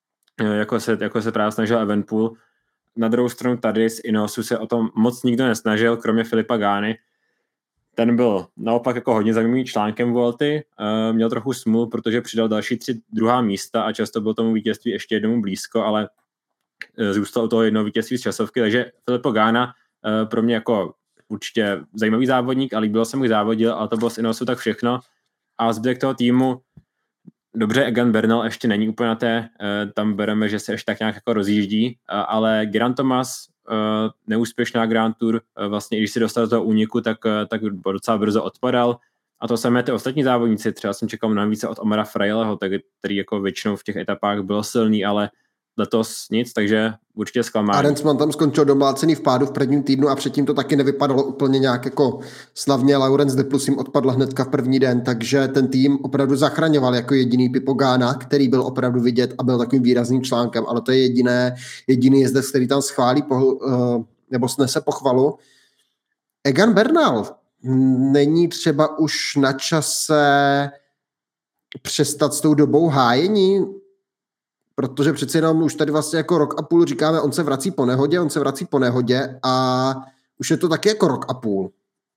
jako se právě snažil Evenepoel. Na druhou stranu tady z Ineosu se o tom moc nikdo nesnažil, kromě Filipa Gány. Ten byl naopak jako hodně zajímavým článkem Vuelty, měl trochu smůl, protože přidal další 3 druhá místa a často byl tomu vítězství ještě jednomu blízko, ale zůstal u toho jednoho vítězství z časovky, takže Filippo Ganna pro mě jako určitě zajímavý závodník a líbilo se mu, závodil, ale to bylo z Ineosu tak všechno. A zbytek toho týmu, dobře, Egan Bernal ještě není úplně na té, tam bereme, že se ještě tak nějak jako rozjíždí, ale Geraint Thomas, neúspěšná Grand Tour, vlastně když si dostal do toho úniku, tak docela brzo odpadal. A to samé ty ostatní závodníci, třeba jsem čekal mnohem více od Omara Fraileho, který jako většinou v těch etapách byl silný, ale letos nic, takže určitě zklamání. Arensman tam skončil domlácený v pádu v prvním týdnu a předtím to taky nevypadalo úplně nějak jako slavně. Laurens de Plus jim odpadl hnedka v první den, takže ten tým opravdu zachraňoval jako jediný Pippo Ganna, který byl opravdu vidět a byl takovým výrazným článkem, ale to je jediný jezdec, který tam schválí nebo snese pochvalu. Egan Bernal, není třeba už na čase přestat s tou dobou hájení? Protože přeci jenom už tady vlastně jako rok a půl říkáme, on se vrací po nehodě a už je to taky jako rok a půl.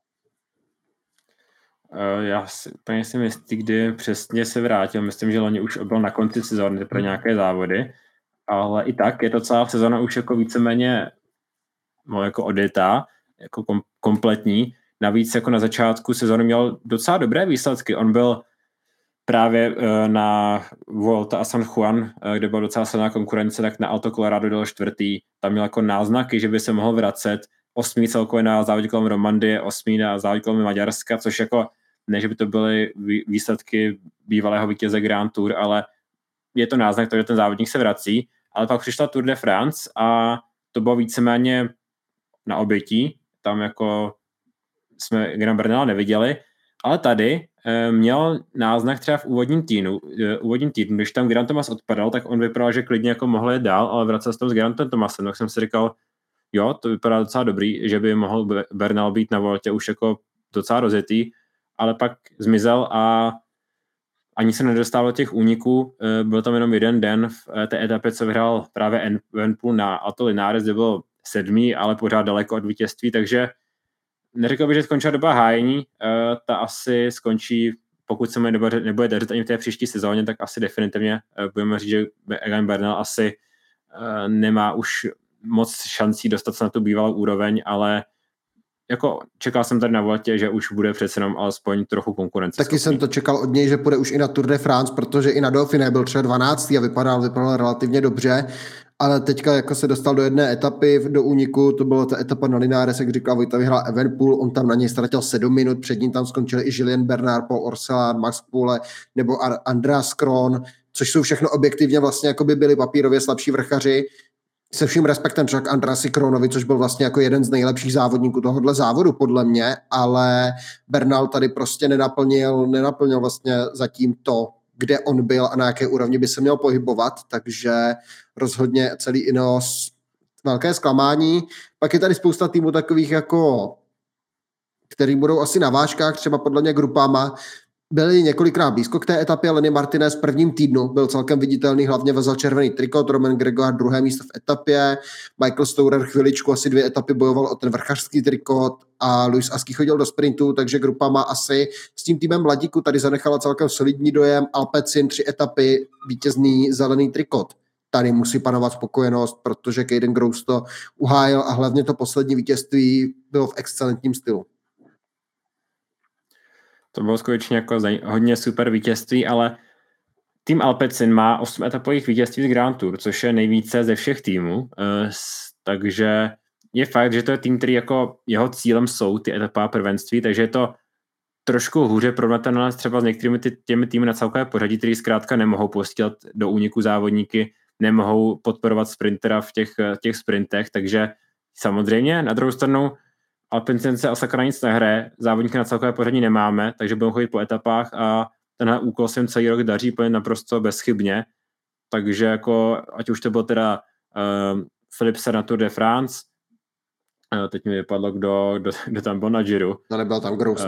Já si úplně si myslím, kdy přesně se vrátil. Myslím, že loni už byl na konci sezóny pro nějaké závody, ale i tak je to celá sezóna už jako víceméně jako odjetá, jako kompletní. Navíc jako na začátku sezóny měl docela dobré výsledky. On byl právě na Vuelta a San Juan, kde byla docela silná konkurence, tak na Alto Colorado dal 4. Tam měl jako náznaky, že by se mohl vracet. 8. celkově na závodě kolem Romandie, 8. na závodě kolem Maďarska, což jako ne, že by to byly výsledky bývalého vítěze Grand Tour, ale je to náznak toho, že ten závodník se vrací. Ale pak přišla Tour de France a to bylo víceméně na obětí. Tam jako jsme Egan Bernala neviděli, ale tady měl náznak třeba v úvodním týdnu, když tam Geraint Thomas odpadal, tak on vypadal, že klidně jako mohl jít dál, ale vracel se tam s Geraintem Thomasem, tak jsem si říkal, jo, to vypadá docela dobrý, že by mohl Bernal být na Vueltě už jako docela rozjetý, ale pak zmizel a ani se nedostával těch úniků, byl tam jenom jeden den v té etapě, co vyhrál právě Evenepoel na Alto Linares, kde byl 7., ale pořád daleko od vítězství, takže neřekl bych, že skončila doba hájení, ta asi skončí, pokud se mu nebude dařit ani v té příští sezóně, tak asi definitivně budeme říct, že Egan Bernal asi nemá už moc šancí dostat se na tu bývalou úroveň, ale jako čekal jsem tady na Vueltě, že už bude přece jenom alespoň trochu konkurence. Taky jsem to čekal od něj, že půjde už i na Tour de France, protože i na Dauphiné byl třeba 12. a vypadal relativně dobře, ale teďka jako se dostal do jedné etapy do úniku, to byla ta etapa na Linares, jak říkal Vojta, vyhrál Evenepoel, on tam na něj ztratil 7 minut, před ním tam skončili i Julien Bernard, Paul Orselin, Max Poole nebo Andreas Kron, což jsou všechno objektivně vlastně jako by byli papírově slabší vrchaři. se vším respektem však Andrasi Kronovi, což byl vlastně jako jeden z nejlepších závodníků tohohle závodu podle mě, ale Bernal tady prostě nenaplnil vlastně zatím to, kde on byl a na jaké úrovni by se měl pohybovat, takže rozhodně celý Ineos velké zklamání. Pak je tady spousta týmů takových jako, který budou asi na vážkách, třeba podle mě grupama, byli několikrát blízko k té etapě. Lenny Martinez v prvním týdnu byl celkem viditelný, hlavně vezl červený trikot, Roman Gregor druhé místo v etapě, Michael Storer chviličku, asi 2 etapy bojoval o ten vrchařský trikot a Luis Asky chodil do sprintu, takže grupama asi s tím týmem Mladíku tady zanechala celkem solidní dojem. Alpecin 3 etapy, vítězný zelený trikot. Tady musí panovat spokojenost, protože Caden Groves to uhájil a hlavně to poslední vítězství bylo v excelentním stylu. To bylo skutečně jako hodně super vítězství, ale tým Alpecin má 8 etapových vítězství z Grand Tour, což je nejvíce ze všech týmů, takže je fakt, že to je tým, který jako jeho cílem jsou ty etapová prvenství, takže je to trošku hůře porovnatelné třeba s některými těmi týmy na celkové pořadí, který zkrátka nemohou posílat do úniku závodníky, nemohou podporovat sprintera v těch sprintech, takže samozřejmě na druhou stranu Alpecin se Asakra nic nehraje, závodníky na celkové pořadí nemáme, takže budeme chodit po etapách a tenhle úkol se jim celý rok daří úplně naprosto bezchybně, takže jako, ať už to byl teda Philipsen na Tour de France, teď mi vypadlo, kdo tam byl na Giro. No nebyl tam Gross,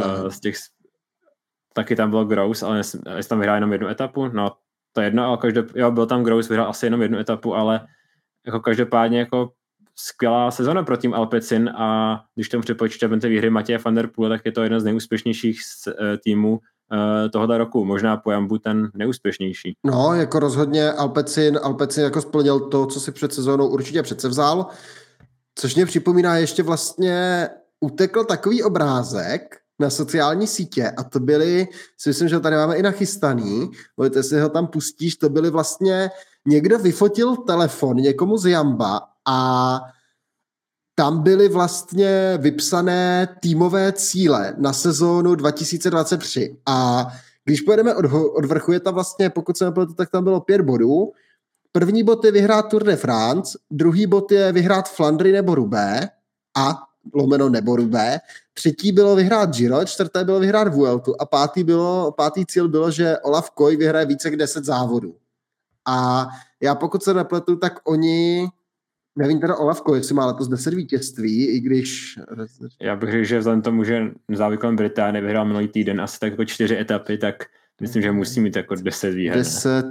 taky tam byl Gross, ale jestli tam vyhrál jenom 1 etapu, no to je jedno, ale byl tam Gross, vyhrál asi jenom 1 etapu, ale jako každopádně jako skvělá sezona pro tým Alpecin a když tomu připočteme ty výhry Matěje van der Poele, tak je to jeden z neúspěšnějších týmů tohoto roku, možná po Jambu ten neúspěšnější. No, jako rozhodně Alpecin jako splnil to, co si před sezónou určitě předsevzal, což mě připomíná ještě vlastně utekl takový obrázek na sociální sítě a to byly, si myslím, že ho tady máme i nachystaný, můžete si ho tam pustíš, to byly vlastně, někdo vyfotil telefon někomu z Jamba a tam byly vlastně vypsané týmové cíle na sezónu 2023 a když pojedeme od vrchu, je tam vlastně, pokud se nepletu, tak tam bylo 5 bodů. První bod je vyhrát Tour de France, druhý bod je vyhrát Flandry nebo Roubaix nebo Roubaix, třetí bylo vyhrát Giro, čtvrté bylo vyhrát Vueltu a pátý cíl bylo, že Olaf Koy vyhraje více jak 10 závodů. A já pokud se nepletu, tak oni, nevím teda Olaf Koy, jestli má letos 10 vítězství, i když... Já bych řekl, že vzhledem tomu, že závyklém Británie vyhrál minulý týden asi tak jako 4 etapy, tak myslím, že musí mít jako 10 výher. 10,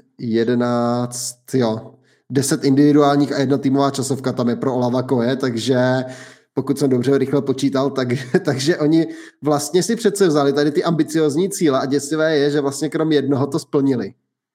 11, jo. 10 individuálních a 1 týmová časovka tam je pro Olava Koye, takže pokud jsem dobře rychle počítal, takže oni vlastně si přece vzali tady ty ambiciozní cíle a děsivé je, že vlastně krom jednoho to splnili.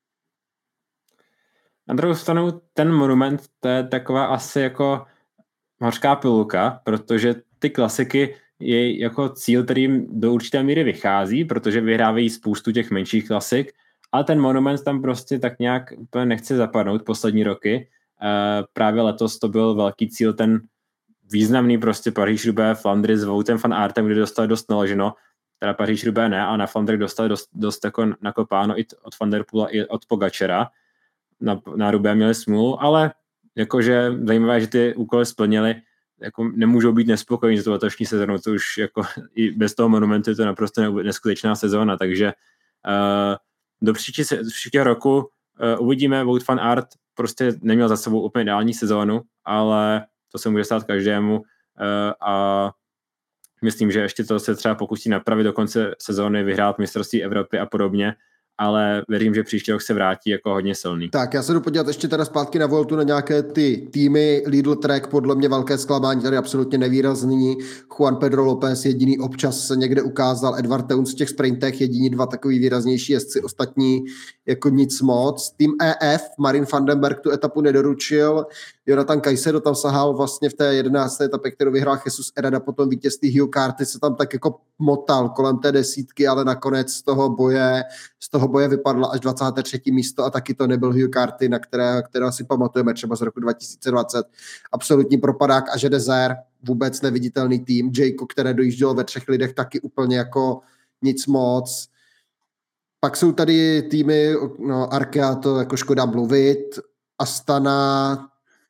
Na druhou stranu ten monument, to je taková asi jako hořká pilulka, protože ty klasiky je jako cíl, kterým do určité míry vychází, protože vyhrávají spoustu těch menších klasik, ale ten monument tam prostě tak nějak úplně nechce zapadnout poslední roky. Právě letos to byl velký cíl, ten významný prostě Paříž-Roubaix, Flandry s Woutem van Aertem, kde dostali dost naloženo, teda Paříž-Roubaix ne, a na Flandry dostali dost jako nakopáno i od Van der Poela, i od Pogačera. Na Roubaix měli smůlu, ale jakože zajímavé, že ty úkoly splnili, jako nemůžou být nespokojení za tu letošní sezónu, to už jako i bez toho monumentu je to naprosto neskutečná sezóna, takže do příštího roku uvidíme. Wout van Aert prostě neměl za sebou úplně ideální sezónu, ale to se může stát každému a myslím, že ještě to se třeba pokusí napravit do konce sezóny, vyhrát mistrovství Evropy a podobně, ale věřím, že příští rok se vrátí jako hodně silný. Tak, já se jdu podívat ještě teda zpátky na Vueltu na nějaké ty týmy. Lidl Trek, podle mě velké zklamání, tady absolutně nevýrazný. Juan Pedro López jediný občas se někde ukázal, Edvard Teuns v těch sprintech, jediní 2 takový výraznější jezdci, ostatní jako nic moc. Tým EF, Marin van den Berg tu etapu nedoručil, Jonathan Caicedo tam sahal vlastně v té 11. etapě, kterou vyhrál Jesus Herrera, potom vítězství Hugh Carty se tam tak jako motal kolem té desítky, ale nakonec z toho boje vypadla až 23. místo a taky to nebyl Hugh Carty, na kterého si pamatujeme třeba z roku 2020. Absolutní propadák a že Desert, vůbec neviditelný tým. Jayco, které dojíždělo ve 3 lidech, taky úplně jako nic moc. Pak jsou tady týmy, no Arkea, to jako škoda mluvit, Astana,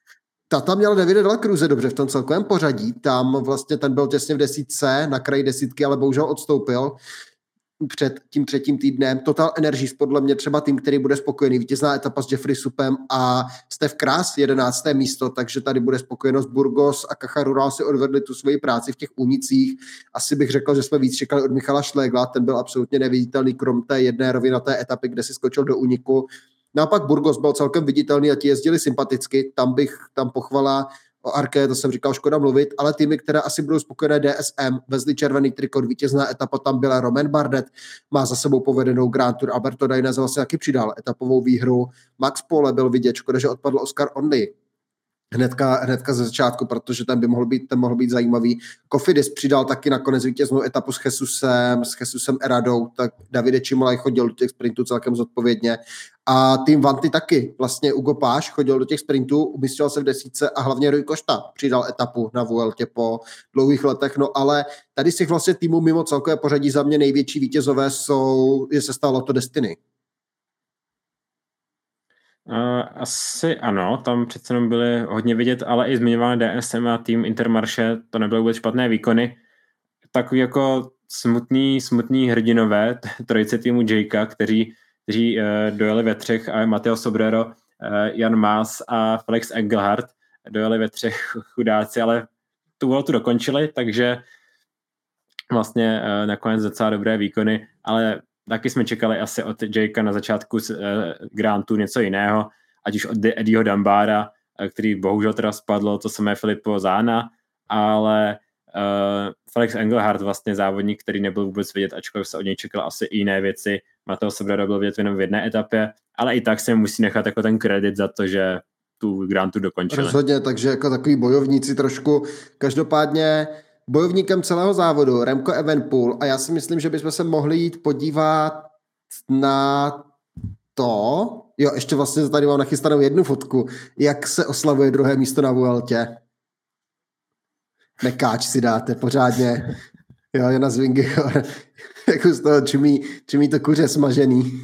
Ta měla Davide de la Cruze dobře v tom celkovém pořadí, tam vlastně ten byl těsně v 10, na kraji 10, ale bohužel odstoupil před tím 3. týdnem. Total Energies podle mě třeba tým, který bude spokojený. Vítězná etapa s Jeffrey Supem a Stef Kras 11. místo, takže tady bude spokojenost. Burgos a Caja Rural si odvedli tu svoji práci v těch únicích. Asi bych řekl, že jsme víc čekali od Michala Šlégla, ten byl absolutně neviditelný, krom té jedné rovinaté etapy, kde si skočil do úniku. Naopak Burgos byl celkem viditelný a ti jezdili sympaticky, tam pochvala o Arke, to jsem říkal, škoda mluvit, ale týmy, které asi budou spokojené, DSM, vezli červený trikot, vítězná etapa tam byla, Romain Bardet má za sebou povedenou Grand Tour, Alberto Dainese vlastně taky přidal etapovou výhru, Max Pole byl vidět, škoda, že odpadl Oscar Only, hnedka ze začátku, protože ten mohl být zajímavý. Cofidis přidal taky nakonec vítěznou etapu s Jesusem Eradou, tak Davide Čimolaj chodil do těch sprintů celkem zodpovědně. A tým Vanty taky, vlastně Ugo Páš chodil do těch sprintů, umístil se v 10 a hlavně Rui Costa přidal etapu na Vueltě po dlouhých letech, no ale tady si vlastně týmu mimo celkové pořadí za mě největší vítězové se stalo to Destiny. Asi ano, tam přece jenom byly hodně vidět, ale i zmiňované DSM a tým Intermarché, to nebyly vůbec špatné výkony. Takový jako smutný hrdinové trojice týmu Jakea, kteří dojeli ve 3 a Matteo Sobrero, Jan Maas a Felix Engelhardt dojeli ve 3 chudáci, ale tu Vueltu dokončili, takže vlastně nakonec docela dobré výkony, ale taky jsme čekali asi od Jakea na začátku Grand Tour něco jiného, ať už od Eddieho Dunbara, který bohužel teda spadlo, to samé Filippo Zana, ale Felix Engelhardt vlastně závodník, který nebyl vůbec vidět, ačkoliv se od něj čekal asi i jiné věci. Matteo Sobrero byl vidět jenom v jedné etapě, ale i tak se musí nechat jako ten kredit za to, že tu Grand Tour dokončili. Rozhodně, takže jako takový bojovníci trošku. Každopádně bojovníkem celého závodu Remco Evenepoel a já si myslím, že bychom se mohli jít podívat na to, ještě vlastně tady mám nachystanou jednu fotku, jak se oslavuje 2. místo na Vueltě. Mekáč si dáte pořádně. Jo, Jonas Vingegaard, jako z toho čumí to kuře smažený.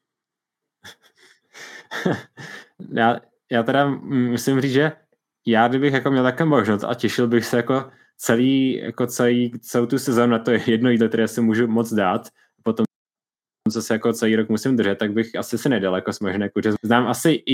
Já teda musím říct, že já kdybych jako měl takovou možnost a těšil bych se jako celou tu sezónu na to jedno jídlo, které si můžu moc dát, potom co se jako celý rok musím držet, tak bych asi si nedal jako smažené kuře. Znám asi i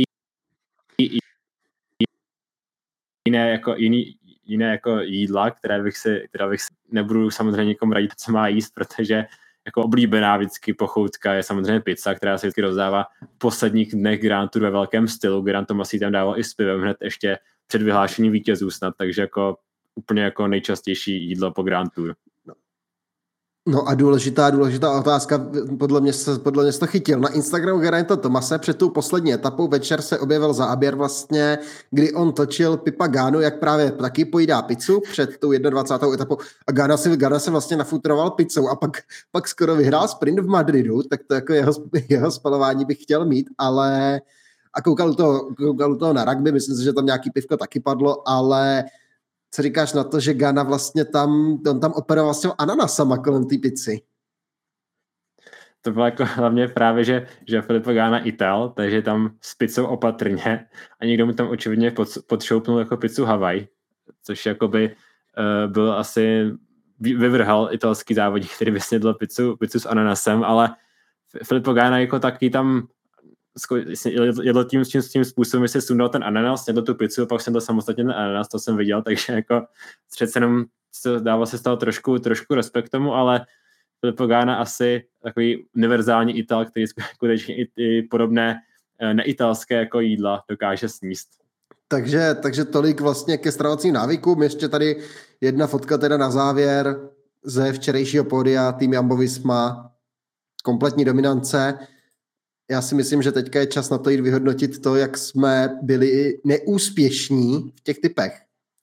jiné jako jídla, která bych si nebudu samozřejmě někomu radit, co má jíst, protože jako oblíbená vždycky pochoutka je samozřejmě pizza, která se vždycky rozdává v posledních dnech Grand Tour ve velkém stylu. Grand Thomas tam dával i s pivem hned ještě před vyhlášením vítězů snad, takže jako úplně jako nejčastější jídlo po Grand Tour. No a důležitá otázka, podle mě se to chytil. Na Instagramu Geraint'a Thomase před tou poslední etapou večer se objevil záběr vlastně, kdy on točil Pipa Gánu, jak právě taky pojídá pizzu před tou 21. etapou a Gána se vlastně nafutroval pizzou a pak skoro vyhrál sprint v Madridu, tak to jako jeho spalování bych chtěl mít, ale a koukal toho na rugby, myslím si, že tam nějaký pivko taky padlo, ale co říkáš na to, že Ghana vlastně on tam operoval s těm ananasama kolem té pizzy? To bylo jako hlavně právě, že Filippo Ganna Ital, takže tam s pizzou opatrně a někdo mu tam očividně podšoupnul jako pizzu Hawaii, což jakoby byl asi vyvrhal italský závodník, který vysnědl pizzu s ananasem, ale Filippo Ganna jako taky tam jedl tím způsobem, že si sundal ten ananas, snědl tu pizzu a pak jsem to samostatně ten ananas, to jsem viděl, takže jako přece jenom dával se z toho trošku respekt tomu, ale Filippo Ganna asi takový univerzální Ital, který skutečně i podobné neitalské jako jídla dokáže sníst. Takže tolik vlastně ke stravovacím návykům. Ještě tady jedna fotka teda na závěr ze včerejšího pódia, tým Jumbo-Visma, kompletní dominance. Já si myslím, že teďka je čas na to jít vyhodnotit to, jak jsme byli neúspěšní v těch typech.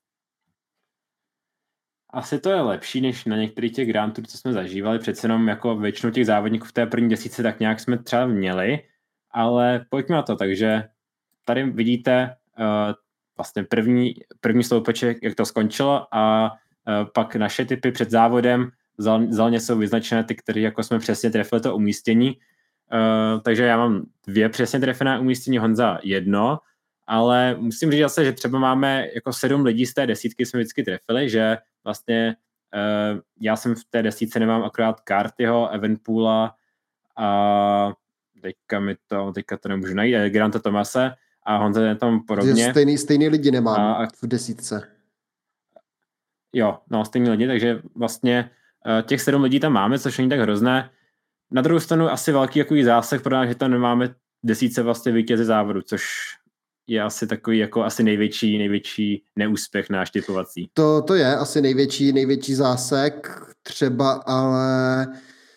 Asi to je lepší, než na některých těch Grand Tour, co jsme zažívali. Přece jenom jako většinou těch závodníků v té první desítce tak nějak jsme třeba měli, ale pojďme na to. Takže tady vidíte vlastně první sloupeček, jak to skončilo a pak naše typy před závodem zeleně jsou vyznačené ty, které jako jsme přesně trefili to umístění. Takže já mám 2 přesně trefené umístění, Honza 1 ale musím říct zase, že třeba máme jako 7 lidí z té desítky jsme vždycky trefili, že vlastně já jsem v té desítce nemám akorát Cartyho, Evenpoola a teďka to nemůžu najít, Granta Thomase a Honza je tam podobně. Stejný lidi nemám v desítce. Jo, no stejný lidi, takže vlastně těch 7 lidí tam máme, což není tak hrozné. Na druhou stranu asi velký takový zásah pro nás, že tam nemáme desítce vlastně vítěze závodu, což je asi takový jako asi největší neúspěch náš typovací. To je asi největší zásek, třeba ale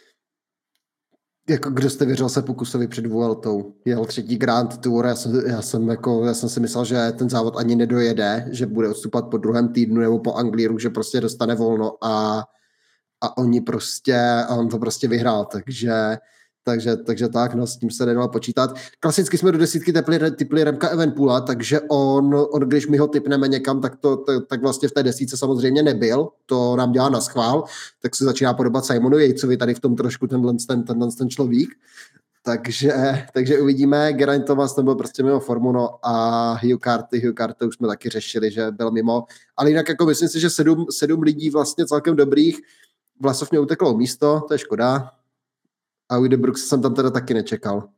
jako kdo jste věřil se Pokusovi před Vueltou. Jel 3. Grand Tour, já jsem si myslel, že ten závod ani nedojede, že bude odstupat po 2. týdnu nebo po Anglíru, že prostě dostane volno a on to prostě vyhrál, takže tak, no, s tím se nedalo počítat. Klasicky jsme do desítky typli Remka Evenpoola, takže on, když my ho typneme někam, tak vlastně v té desítce samozřejmě nebyl, to nám dělá na schvál, tak se začíná podobat Simonu Yatesovi tady v tom trošku ten človík. Takže uvidíme, Geraint Thomas ten byl prostě mimo formu, no a Hugh Carty už jsme taky řešili, že byl mimo, ale jinak jako myslím si, že 7 lidí vlastně celkem dobrých, Vlasov mě uteklo místo, to je škoda. A u Brooks jsem tam teda taky nečekal.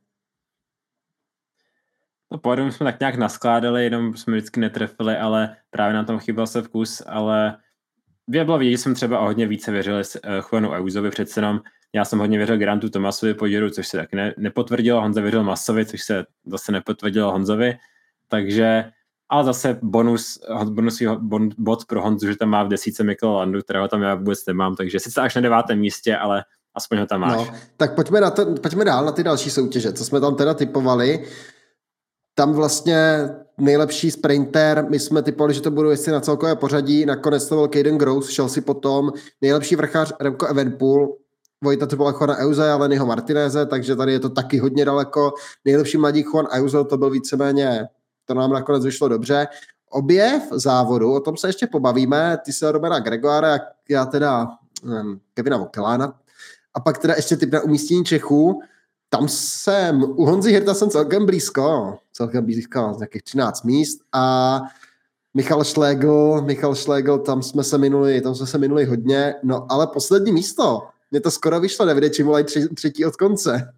No pódium jsme tak nějak naskládali, jenom jsme vždycky netrefili, ale právě na tom chyběl se vkus, ale bylo vidět, že jsem třeba o hodně více věřil Juanu Ayusovi přece jenom. Já jsem hodně věřil Grantu Thomasovi po Giro, což se taky nepotvrdilo, Honza věřil Massovi, což se zase nepotvrdilo Honzovi, takže ale zase bonusový bod pro Honzu, že tam má v desítce Mikkela Landu, kterého tam já vůbec nemám, takže sice až na 9. místě, ale aspoň ho tam máš. No, tak pojďme dál na ty další soutěže, co jsme tam teda typovali. Tam vlastně nejlepší sprinter, my jsme typovali, že to budou jestli na celkové pořadí, nakonec to byl Caden Gross, šel si potom nejlepší vrchář Remco Evenepoel, Vojta to byla Juana Ayuso a Lennyho Martineze, takže tady je to taky hodně daleko. Nejlepší mladík Juan Ayuso, to byl víceméně, to nám nakonec vyšlo dobře. Objev závodu, o tom se ještě pobavíme, ty se Romana Gregoire, já teda Kevina Vokelána, a pak teda ještě typ na umístění Čechů. Tam u Honzy Hirta jsem celkem blízko, z nějakých 13 míst a Michal Schlegel, tam jsme se minuli hodně, no ale poslední místo, mně to skoro vyšlo, Davide Čimolaj třetí od konce.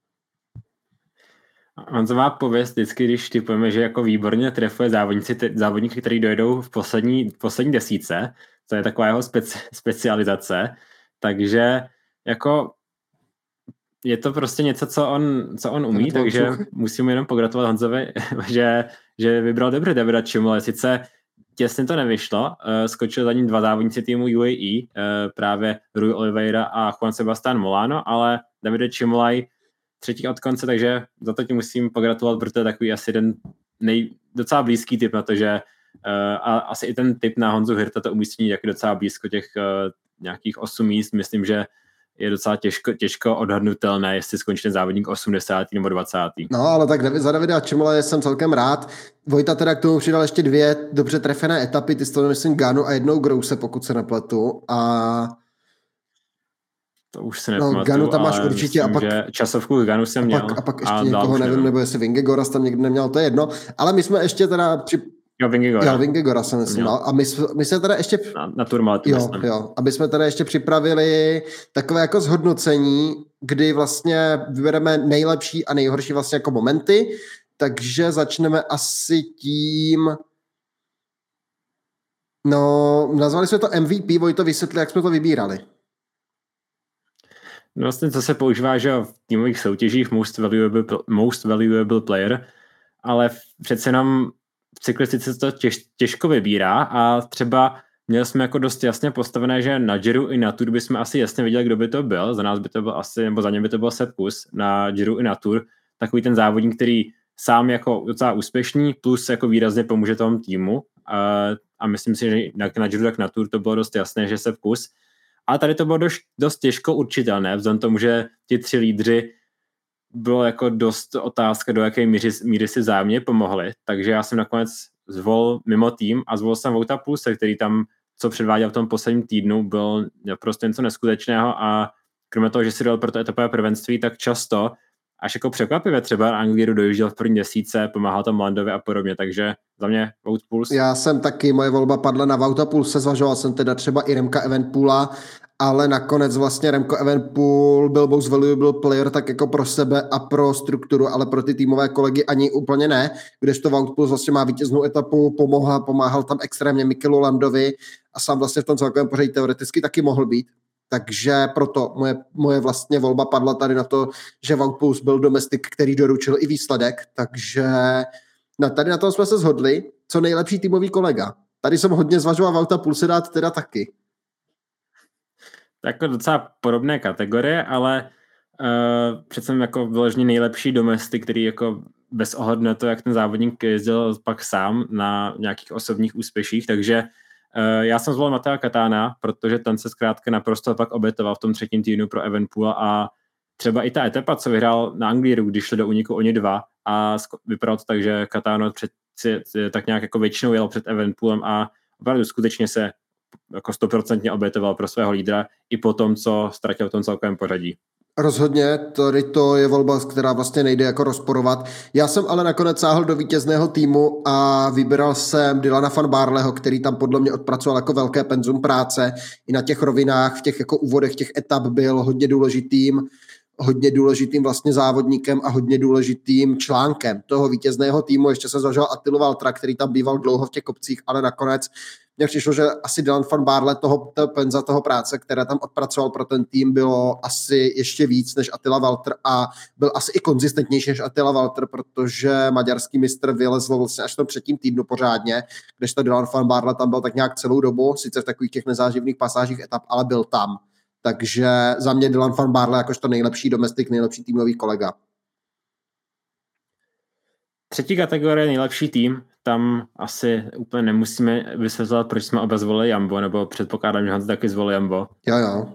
On to má pověst vždycky, když typujeme, že jako výborně trefuje závodníky, kteří dojedou v poslední desítce, to je taková jeho specializace, takže jako je to prostě něco, co on umí, takže musím jenom pogratulovat Honzovi, že vybral dobře Davida Čimole. Sice těsně to nevyšlo, skočil za ním 2 závodníci týmu UAE, právě Rui Oliveira a Juan Sebastián Molano, ale Davide Čimolaj třetí od konce, takže za to ti musím pogratulovat, protože je takový asi jeden docela blízký tip na to, že a asi i ten tip na Honzu Hirta to umístění jak docela blízko těch nějakých 8 míst, myslím, že je docela těžko odhadnutelné, jestli skončí ten závodník 80. nebo 20. No, ale tak za Davida Čimole jsem celkem rád. Vojta teda k tomu přidal ještě 2 dobře trefené etapy, ty to myslím Ganu a jednou Grouse, pokud se nepletu. A to už se nepamatuju, Ganu tam máš určitě. Myslím, že časovku Ganu jsem měl. A pak ještě někoho nevím, nebo jestli Vingegaard tam někdy neměl, to je jedno. Ale my jsme ještě teda Vingegaard jsem myslím. A my jsme teda ještě na Tourmalet. Jo. A my jsme teda ještě připravili takové jako zhodnocení, kdy vlastně vybereme nejlepší a nejhorší vlastně jako momenty. Takže začneme asi tím. No, nazvali jsme to MVP, Vojto vysvětli, jak jsme to vybírali. No vlastně, co se používá, že v týmových soutěžích most valuable player, ale přece jenom v cyklistice to těžko vybírá a třeba měli jsme jako dost jasně postavené, že na Giro i na Tour bychom asi jasně viděli, kdo by to byl. Za nás by to byl asi, nebo za ně by to byl Sepp Kuss na Giro i na Tour. Takový ten závodník, který sám jako docela úspěšný, plus jako výrazně pomůže tomu týmu. A myslím si, že jak na Giro, tak na Tour to bylo dost jasné, že Sepp Kuss. Ale tady to bylo dost těžko určitelné, vzhledem tomu, že ti 3 lídři bylo jako dost otázka, do jaké míry si vzájemně pomohli. Takže já jsem nakonec zvolil mimo tým a zvolil jsem Vouta Pulse, který tam, co předváděl v tom posledním týdnu, byl prostě něco neskutečného a kromě toho, že si dal pro to etapové prvenství, tak často až jako překvapivě třeba Angliru dojížděl v první desítce, pomáhal tam Landovi a podobně, takže za mě Wout Poels. Já jsem taky, moje volba padla na Wouta Poelse, zvažoval jsem teda třeba i Remka Evenepoela, ale nakonec vlastně Remco Evenepoel byl most valuable player tak jako pro sebe a pro strukturu, ale pro ty týmové kolegy ani úplně ne, kdežto Wout Poels vlastně má vítěznou etapu, pomáhal tam extrémně Mikelu Landovi a sám vlastně v tom celkovém pořadí teoreticky taky mohl být. Takže proto moje vlastně volba padla tady na to, že Wout Poels byl domestik, který doručil i výsledek, takže tady na tom jsme se shodli, co nejlepší týmový kolega. Tady jsem hodně zvažoval Wouta Poelse dát teda taky. Jako docela podobné kategorie, ale přece jako vyloženě nejlepší domestik, který jako bez ohledu na to, jak ten závodník jezdil pak sám na nějakých osobních úspěších, takže já jsem zvolil Matea Catana, protože ten se zkrátka naprosto pak obětoval v tom třetím týdnu pro Evenepoela a třeba i ta etapa, co vyhrál na Angliru, když šli do úniku oni dva a vypadalo to tak, že Catano tak nějak jako většinou jel před Evenepoelem a opravdu skutečně se jako 100% obětoval pro svého lídra i po tom, co ztratil v tom celkovém pořadí. Rozhodně, tady to je volba, která vlastně nejde jako rozporovat. Já jsem ale nakonec sáhl do vítězného týmu a vybral jsem Dylana van Barleho, který tam podle mě odpracoval jako velké penzum práce. I na těch rovinách, v těch jako úvodech těch etap byl hodně důležitým vlastně závodníkem a hodně důležitým článkem toho vítězného týmu. Ještě se zvažoval Attilu Valtra, který tam býval dlouho v těch kopcích, ale nakonec mně přišlo, že asi Dylan van Barle toho penza, toho práce, které tam odpracoval pro ten tým, bylo asi ještě víc než Attila Valter a byl asi i konzistentnější než Attila Valter, protože maďarský mistr vylezl vlastně až v tom třetím týdnu pořádně, kdežto Dylan van Barle tam byl tak nějak celou dobu, sice v takových těch nezáživných pasážích etap, ale byl tam. Takže za mě Dylan van Barle jakožto nejlepší domestik, nejlepší týmový kolega. Třetí kategorie, nejlepší tým, tam asi úplně nemusíme vysvětlovat, proč jsme oba zvolili Jumbo, nebo předpokládám, že Hans taky zvolil Jumbo. Jo.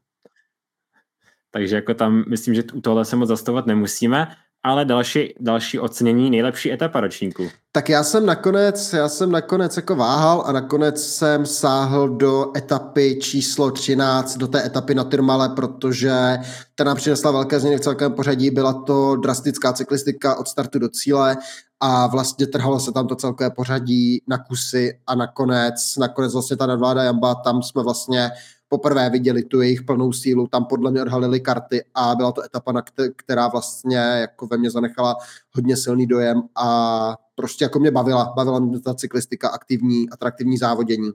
Takže jako tam myslím, že u tohle se moc zastavovat nemusíme, ale další ocenění nejlepší etapa ročníku. Tak já jsem nakonec jako váhal a nakonec jsem sáhl do etapy číslo 13, do té etapy na Tyrmale, protože ta nám přinesla velké změny v celkovém pořadí, byla to drastická cyklistika od startu do cíle a vlastně trhalo se tam to celkové pořadí na kusy a nakonec vlastně ta nadvláda Jamba, tam jsme vlastně poprvé viděli tu jejich plnou sílu, tam podle mě odhalili karty a byla to etapa, která vlastně jako ve mně zanechala hodně silný dojem a prostě jako mě bavila mě ta cyklistika, atraktivní závodění.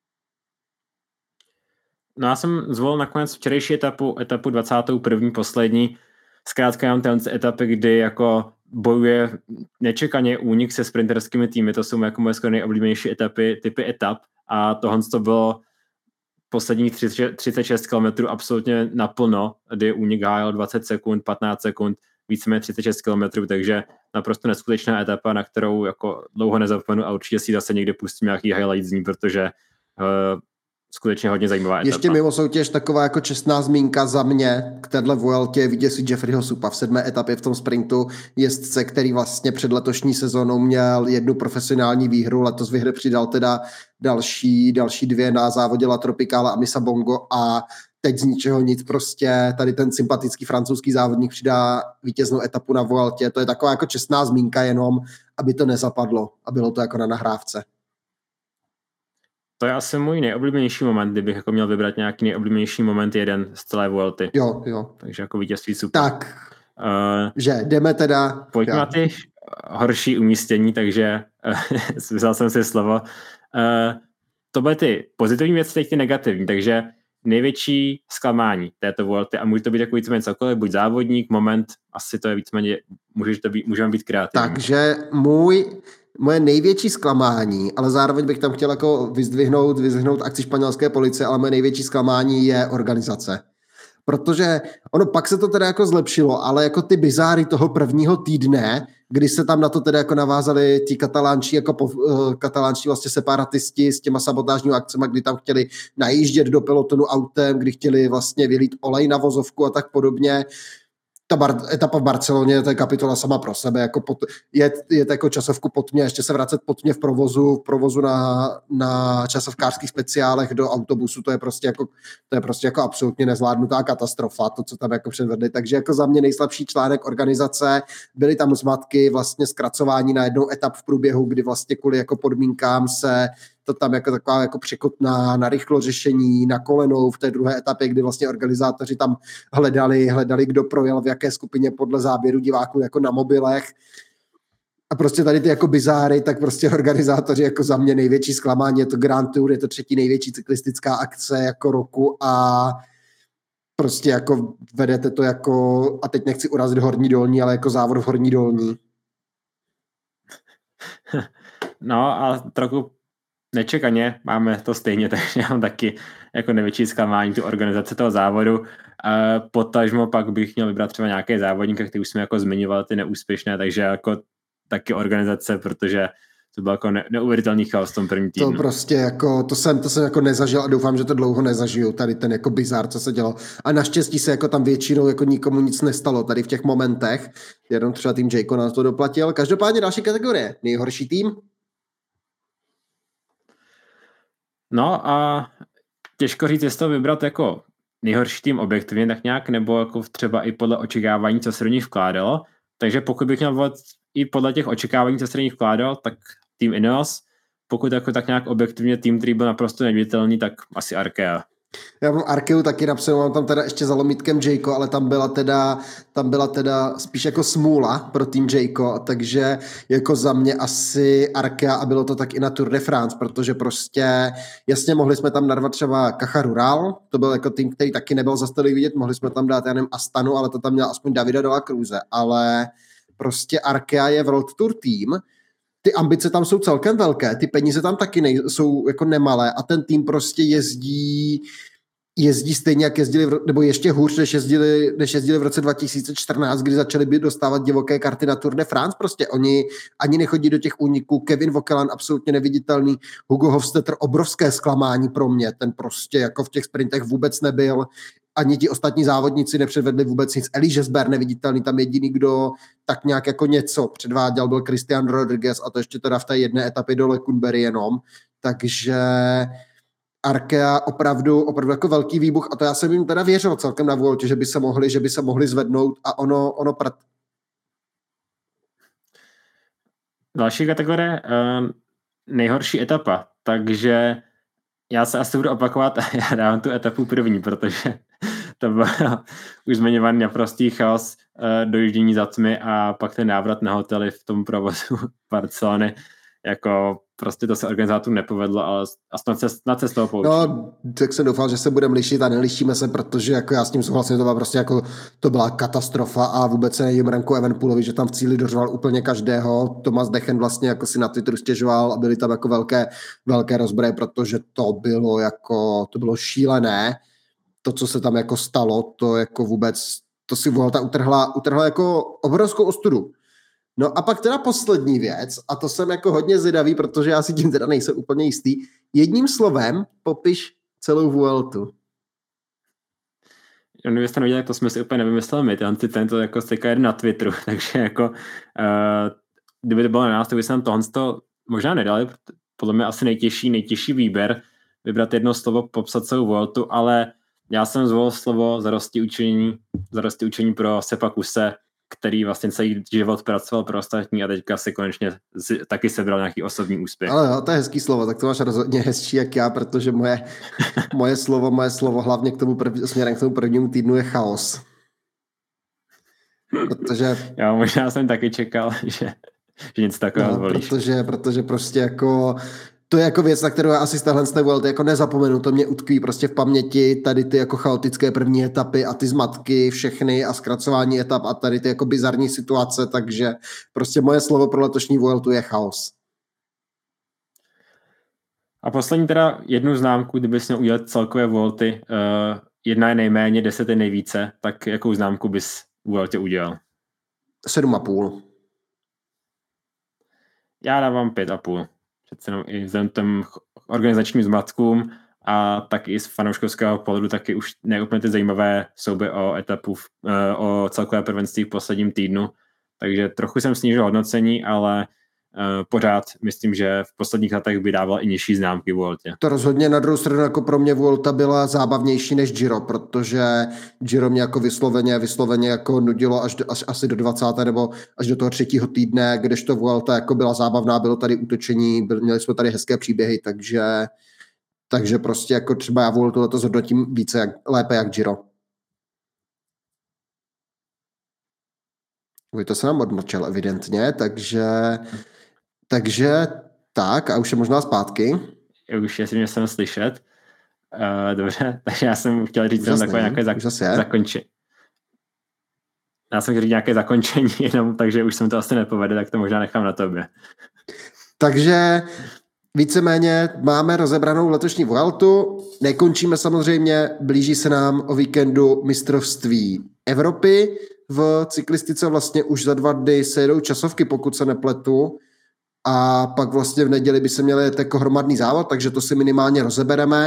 No já jsem zvolil nakonec včerejší etapu 21. poslední, zkrátka jenom té etapy, kdy jako bojuje nečekaně únik se sprinterskými týmy, to jsou jako moje skoro nejoblíbenější typy etap a tohle to bylo posledních 36 km absolutně naplno, kdy únik hájil 20 sekund, 15 sekund, víceméně 36 km, takže naprosto neskutečná etapa, na kterou jako dlouho nezapomenu a určitě si zase někde pustím nějaký highlight z ní, protože skutečně hodně zajímavá etapa. Ještě mimo soutěž taková jako čestná zmínka za mě k téhle Vueltě vítězství Jeffreyho Supa v 7. etapě v tom sprintu, jezdce, který vlastně před letošní sezónou měl jednu profesionální výhru, letos ve hře přidal teda další dvě na závodě La Tropicale a Misa Bongo a teď z ničeho nic prostě tady ten sympatický francouzský závodník přidá vítěznou etapu na Vueltě. To je taková jako čestná zmínka jenom, aby to nezapadlo a bylo to jako na nahrávce. To je asi můj nejoblíbenější moment, kdybych jako měl vybrat nějaký nejoblíbenější moment jeden z celé Vuelty. Jo. Takže jako vítězství super. Tak, že jdeme teda... Pojďme na ty horší umístění, takže vzal jsem si slovo. To byly ty pozitivní věci, teď ty negativní, takže největší zklamání této Vuelty a může to být jako víceméně cokoliv, buď závodník, moment, asi to je víceméně, můžeme být kreativní. Takže moje největší zklamání, ale zároveň bych tam chtěl jako vyzdvihnout akci španělské policie, ale moje největší zklamání je organizace. Protože ono pak se to teda jako zlepšilo, ale jako ty bizáry toho prvního týdne, kdy se tam na to teda jako navázali ti katalánští vlastně separatisti s těma sabotážními akcemi, kdy tam chtěli najíždět do pelotonu autem, kdy chtěli vlastně vylít olej na vozovku a tak podobně. Etapa v Barceloně, to je kapitola sama pro sebe, jako je to jako časovku pod mě, ještě se vracet pod mě v provozu na časovkářských speciálech do autobusu, to je prostě jako absolutně nezvládnutá katastrofa, to, co tam jako předvedli, takže jako za mě nejslabší článek organizace, byly tam zmatky, vlastně zkracování na jednou etap v průběhu, kdy vlastně kvůli jako podmínkám se to tam jako taková jako překot na rychlo řešení, na kolenou v té druhé etapě, kdy vlastně organizátoři tam hledali, kdo projel v jaké skupině podle záběru diváků jako na mobilech. A prostě tady ty jako bizáry, tak prostě organizátoři jako za mě největší zklamání, je to Grand Tour, je to 3. největší cyklistická akce jako roku a prostě jako vedete to jako, a teď nechci urazit Horní Dolní, ale jako závod v Horní Dolní. No a trochu nečekaně máme to stejně, takže já mám taky jako největší zklamání tu organizace toho závodu. Potažmo pak bych měl vybrat třeba nějaké závodníky, který už jsme jako zmiňovali, ty neúspěšné, takže jako taky organizace, protože to byl jako neuvěřitelný chaos v tom prvním týdnu. To prostě jako, to jsem jako nezažil a doufám, že to dlouho nezažiju, tady ten jako bizár, co se dělo. A naštěstí se jako tam většinou jako nikomu nic nestalo tady v těch momentech, jenom třeba tým Jayco nás to doplatil. Každopádně další kategorie, nejhorší tým. No a těžko říct, jestli to vybrat jako nejhorší tým objektivně tak nějak, nebo jako třeba i podle očekávání, co se do nich vkládalo. Takže pokud bych měl volit i podle těch očekávání, co se do nich vkládalo, tak tým Ineos. Pokud jako tak nějak objektivně tým, který byl naprosto neviditelný, tak asi Arkea. Já mám Arkeu taky napsanou, mám tam teda ještě za lomítkem Jayco, ale tam byla teda spíš jako smůla pro tým Jayco, takže jako za mě asi Arkea a bylo to tak i na Tour de France, protože prostě jasně mohli jsme tam narvat třeba Caja Rural, to byl jako tým, který taky nebyl zas tolik vidět, mohli jsme tam dát, já nevím, Astanu, ale to tam měl aspoň Davida de la Cruze, ale prostě Arkea je World Tour tým, ty ambice tam jsou celkem velké, ty peníze tam taky jsou jako nemalé a ten tým prostě jezdí stejně, jak jezdili, nebo ještě hůř, než jezdili v roce 2014, kdy začali by dostávat divoké karty na Tour de France. Prostě oni ani nechodí do těch úniků. Kevin Vauquelin absolutně neviditelný. Hugo Hofstetter obrovské zklamání pro mě. Ten prostě jako v těch sprintech vůbec nebyl. Ani ti ostatní závodníci nepředvedli vůbec nic. Elie Gesbert neviditelný, tam jediný, kdo tak nějak jako něco předváděl, byl Christian Rodriguez a to ještě teda v té jedné etapě do Lecumberry jenom. Takže Arkea opravdu jako velký výbuch a to já jsem jim teda věřil celkem na Vueltě, že by se mohli zvednout a ono Další kategorie, nejhorší etapa, takže já se asi budu opakovat a já dávám tu etapu první, protože to byl už zmiňovaný naprostý chaos, dojíždění za tmy a pak ten návrat na hotely v tom provozu Barcelony, jako prostě to se organizátorům nepovedlo, ale snad se z toho poučí. No, tak jsem doufal, že se budeme lišit a nelišíme se, protože jako já s tím souhlasím, to byla katastrofa a vůbec se nejím Remku Evenepoolovi, že tam v cíli dořval úplně každého. Thomas Dechen vlastně jako si na Twitteru stěžoval a byly tam jako velké rozbroje, protože to bylo šílené. To, co se tam jako stalo, to jako vůbec, to si Vuelta utrhla jako obrovskou ostudu. No a pak teda poslední věc, a to jsem jako hodně zvědavý, protože já si tím teda nejsem úplně jistý. Jedním slovem popiš celou Vueltu. Kdybyste nevěděli, to jsme si úplně nevymysleli my, tento jako stejka jede na Twitteru, takže jako kdyby to bylo na nás, tak by se nám tohle možná nedali, podle mě asi nejtěžší výběr, vybrat jedno slovo, popsat celou Vueltu, ale já jsem zvolil slovo zarosti učení pro Sepa Kusse, který vlastně celý život pracoval pro ostatní a teďka si konečně taky sebral nějaký osobní úspěch. Ale jo, to je hezký slovo, tak to máš rozhodně hezčí jak já, protože moje slovo hlavně směrem k tomu prvnímu týdnu je chaos. Protože... Já možná jsem taky čekal, že něco takového zvolíš. Protože prostě jako... To je jako věc, na kterou já asi z téhle Vuelty jako nezapomenu, to mě utkví prostě v paměti, tady ty jako chaotické první etapy a ty zmatky všechny a zkracování etap a tady ty jako bizarní situace, takže prostě moje slovo pro letošní Vueltu je chaos. A poslední teda jednu známku, kdybys měl udělat celkové Vuelty, jedna je nejméně, 10 je nejvíce, tak jakou známku bys Vueltě udělal? 7,5. Já dávám 5,5. Přece jenom i vzhledem těm organizačním zmatkům a tak i z fanouškovského pohledu taky už neúplně ty zajímavé souboje o etapu, o celkové prvenství v posledním týdnu, takže trochu jsem snížil hodnocení, ale pořád myslím, že v posledních letech by dával i nižší známky Vueltě. To rozhodně. Na druhou stranu jako pro mě Vuelta byla zábavnější než Giro, protože Giro mě jako vysloveně jako nudilo až asi do 20. nebo až do toho 3. týdne, kdežto Vuelta jako byla zábavná, bylo tady útočení, měli jsme tady hezké příběhy, takže prostě jako třeba já Vueltu letos hodnotím lépe jak Giro. To se nám odmlčel evidentně, takže tak a už je možná zpátky. Už jestli mě jsem slyšet. Dobře, takže já jsem chtěl říct takové nějaké zakončení. Já jsem chtěl říct nějaké zakončení, jenom takže už jsem to asi nepovede, tak to možná nechám na tobě. Takže víceméně máme rozebranou letošní Vueltu. Nekončíme samozřejmě, blíží se nám o víkendu mistrovství Evropy. V cyklistice vlastně už za 2 dny se jedou časovky, pokud se nepletu. A pak vlastně v neděli by se měli jet jako hromadný závod, takže to si minimálně rozebereme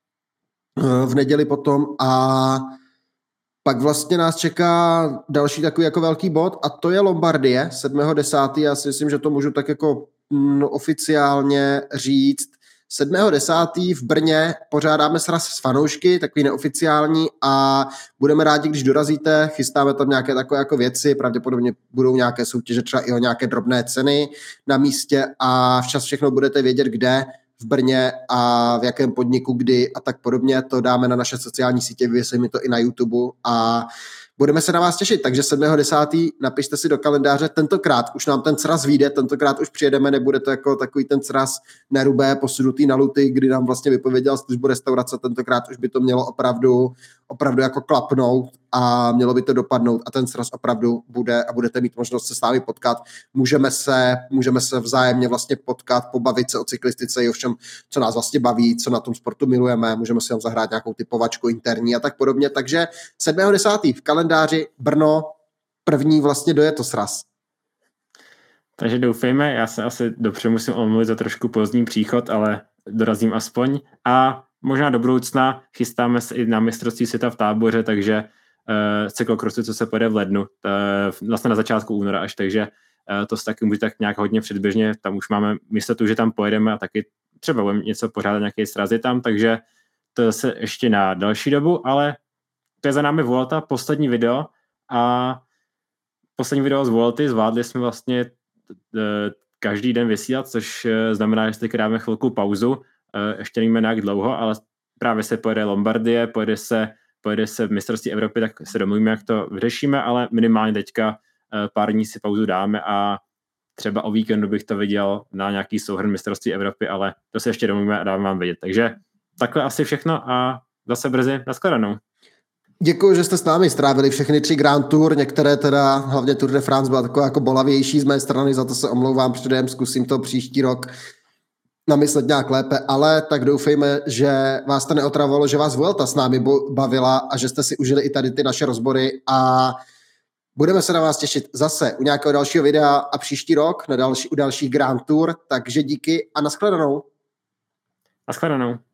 v neděli potom a pak vlastně nás čeká další takový jako velký bod a to je Lombardie 7.10. Já si myslím, že to můžu tak jako oficiálně říct. 7.10. v Brně pořádáme sraz s fanoušky, takový neoficiální a budeme rádi, když dorazíte, chystáme tam nějaké takové jako věci, pravděpodobně budou nějaké soutěže, třeba i o nějaké drobné ceny na místě a včas všechno budete vědět, kde v Brně a v jakém podniku, kdy a tak podobně, to dáme na naše sociální sítě, vyvěsíme to i na YouTube a budeme se na vás těšit, takže 7.10. napište si do kalendáře, tentokrát už nám ten sraz vyjde, tentokrát už přijedeme, nebude to jako takový ten sraz nerubé, posunutý na luty, kdy nám vlastně vypověděl službu restaurace, tentokrát už by to mělo opravdu jako klapnout a mělo by to dopadnout a ten sraz opravdu bude a budete mít možnost se s námi potkat. Můžeme se vzájemně vlastně potkat, pobavit se o cyklistice i o všem, co nás vlastně baví, co na tom sportu milujeme, můžeme si tam zahrát nějakou typovačku interní a tak podobně, takže 7.10. v kalendáři Brno, první vlastně doje to sraz. Takže doufejme, já se asi dopředu musím omluvit za trošku pozdní příchod, ale dorazím aspoň a možná do budoucna chystáme se i na mistrovství světa v Táboře, takže cyklokrosu, co se pojede v lednu, vlastně na začátku února až, takže to se taky může tak nějak hodně předběžně, tam už máme jistotu, že tam pojedeme a taky třeba budeme něco pořádat, nějaké srazy tam, takže to zase ještě na další dobu, ale to je za námi Vuelta, poslední video z Vuelty, zvládli jsme vlastně každý den vysílat, což znamená, že si teď dáme chvilku pauzu, ještě nevíme nějak dlouho, ale právě se pojede Lombardie, pojede se v mistrovství Evropy, tak se domluvíme, jak to vyřešíme, ale minimálně teďka pár dní si pauzu dáme a třeba o víkendu bych to viděl na nějaký souhrn mistrovství Evropy, ale to se ještě domluvíme a dáme vám vědět. Takže takhle asi všechno a zase brzy nashledanou. Děkuji, že jste s námi strávili všechny 3 Grand Tour, některé teda, hlavně Tour de France byla taková jako bolavější z mé strany, za to se omlouvám předem, zkusím to příští rok namyslet nějak lépe, ale tak doufejme, že vás to neotravovalo, že vás Vuelta s námi bavila a že jste si užili i tady ty naše rozbory a budeme se na vás těšit zase u nějakého dalšího videa a příští rok u dalších Grand Tour, takže díky a nashledanou. Nashledanou.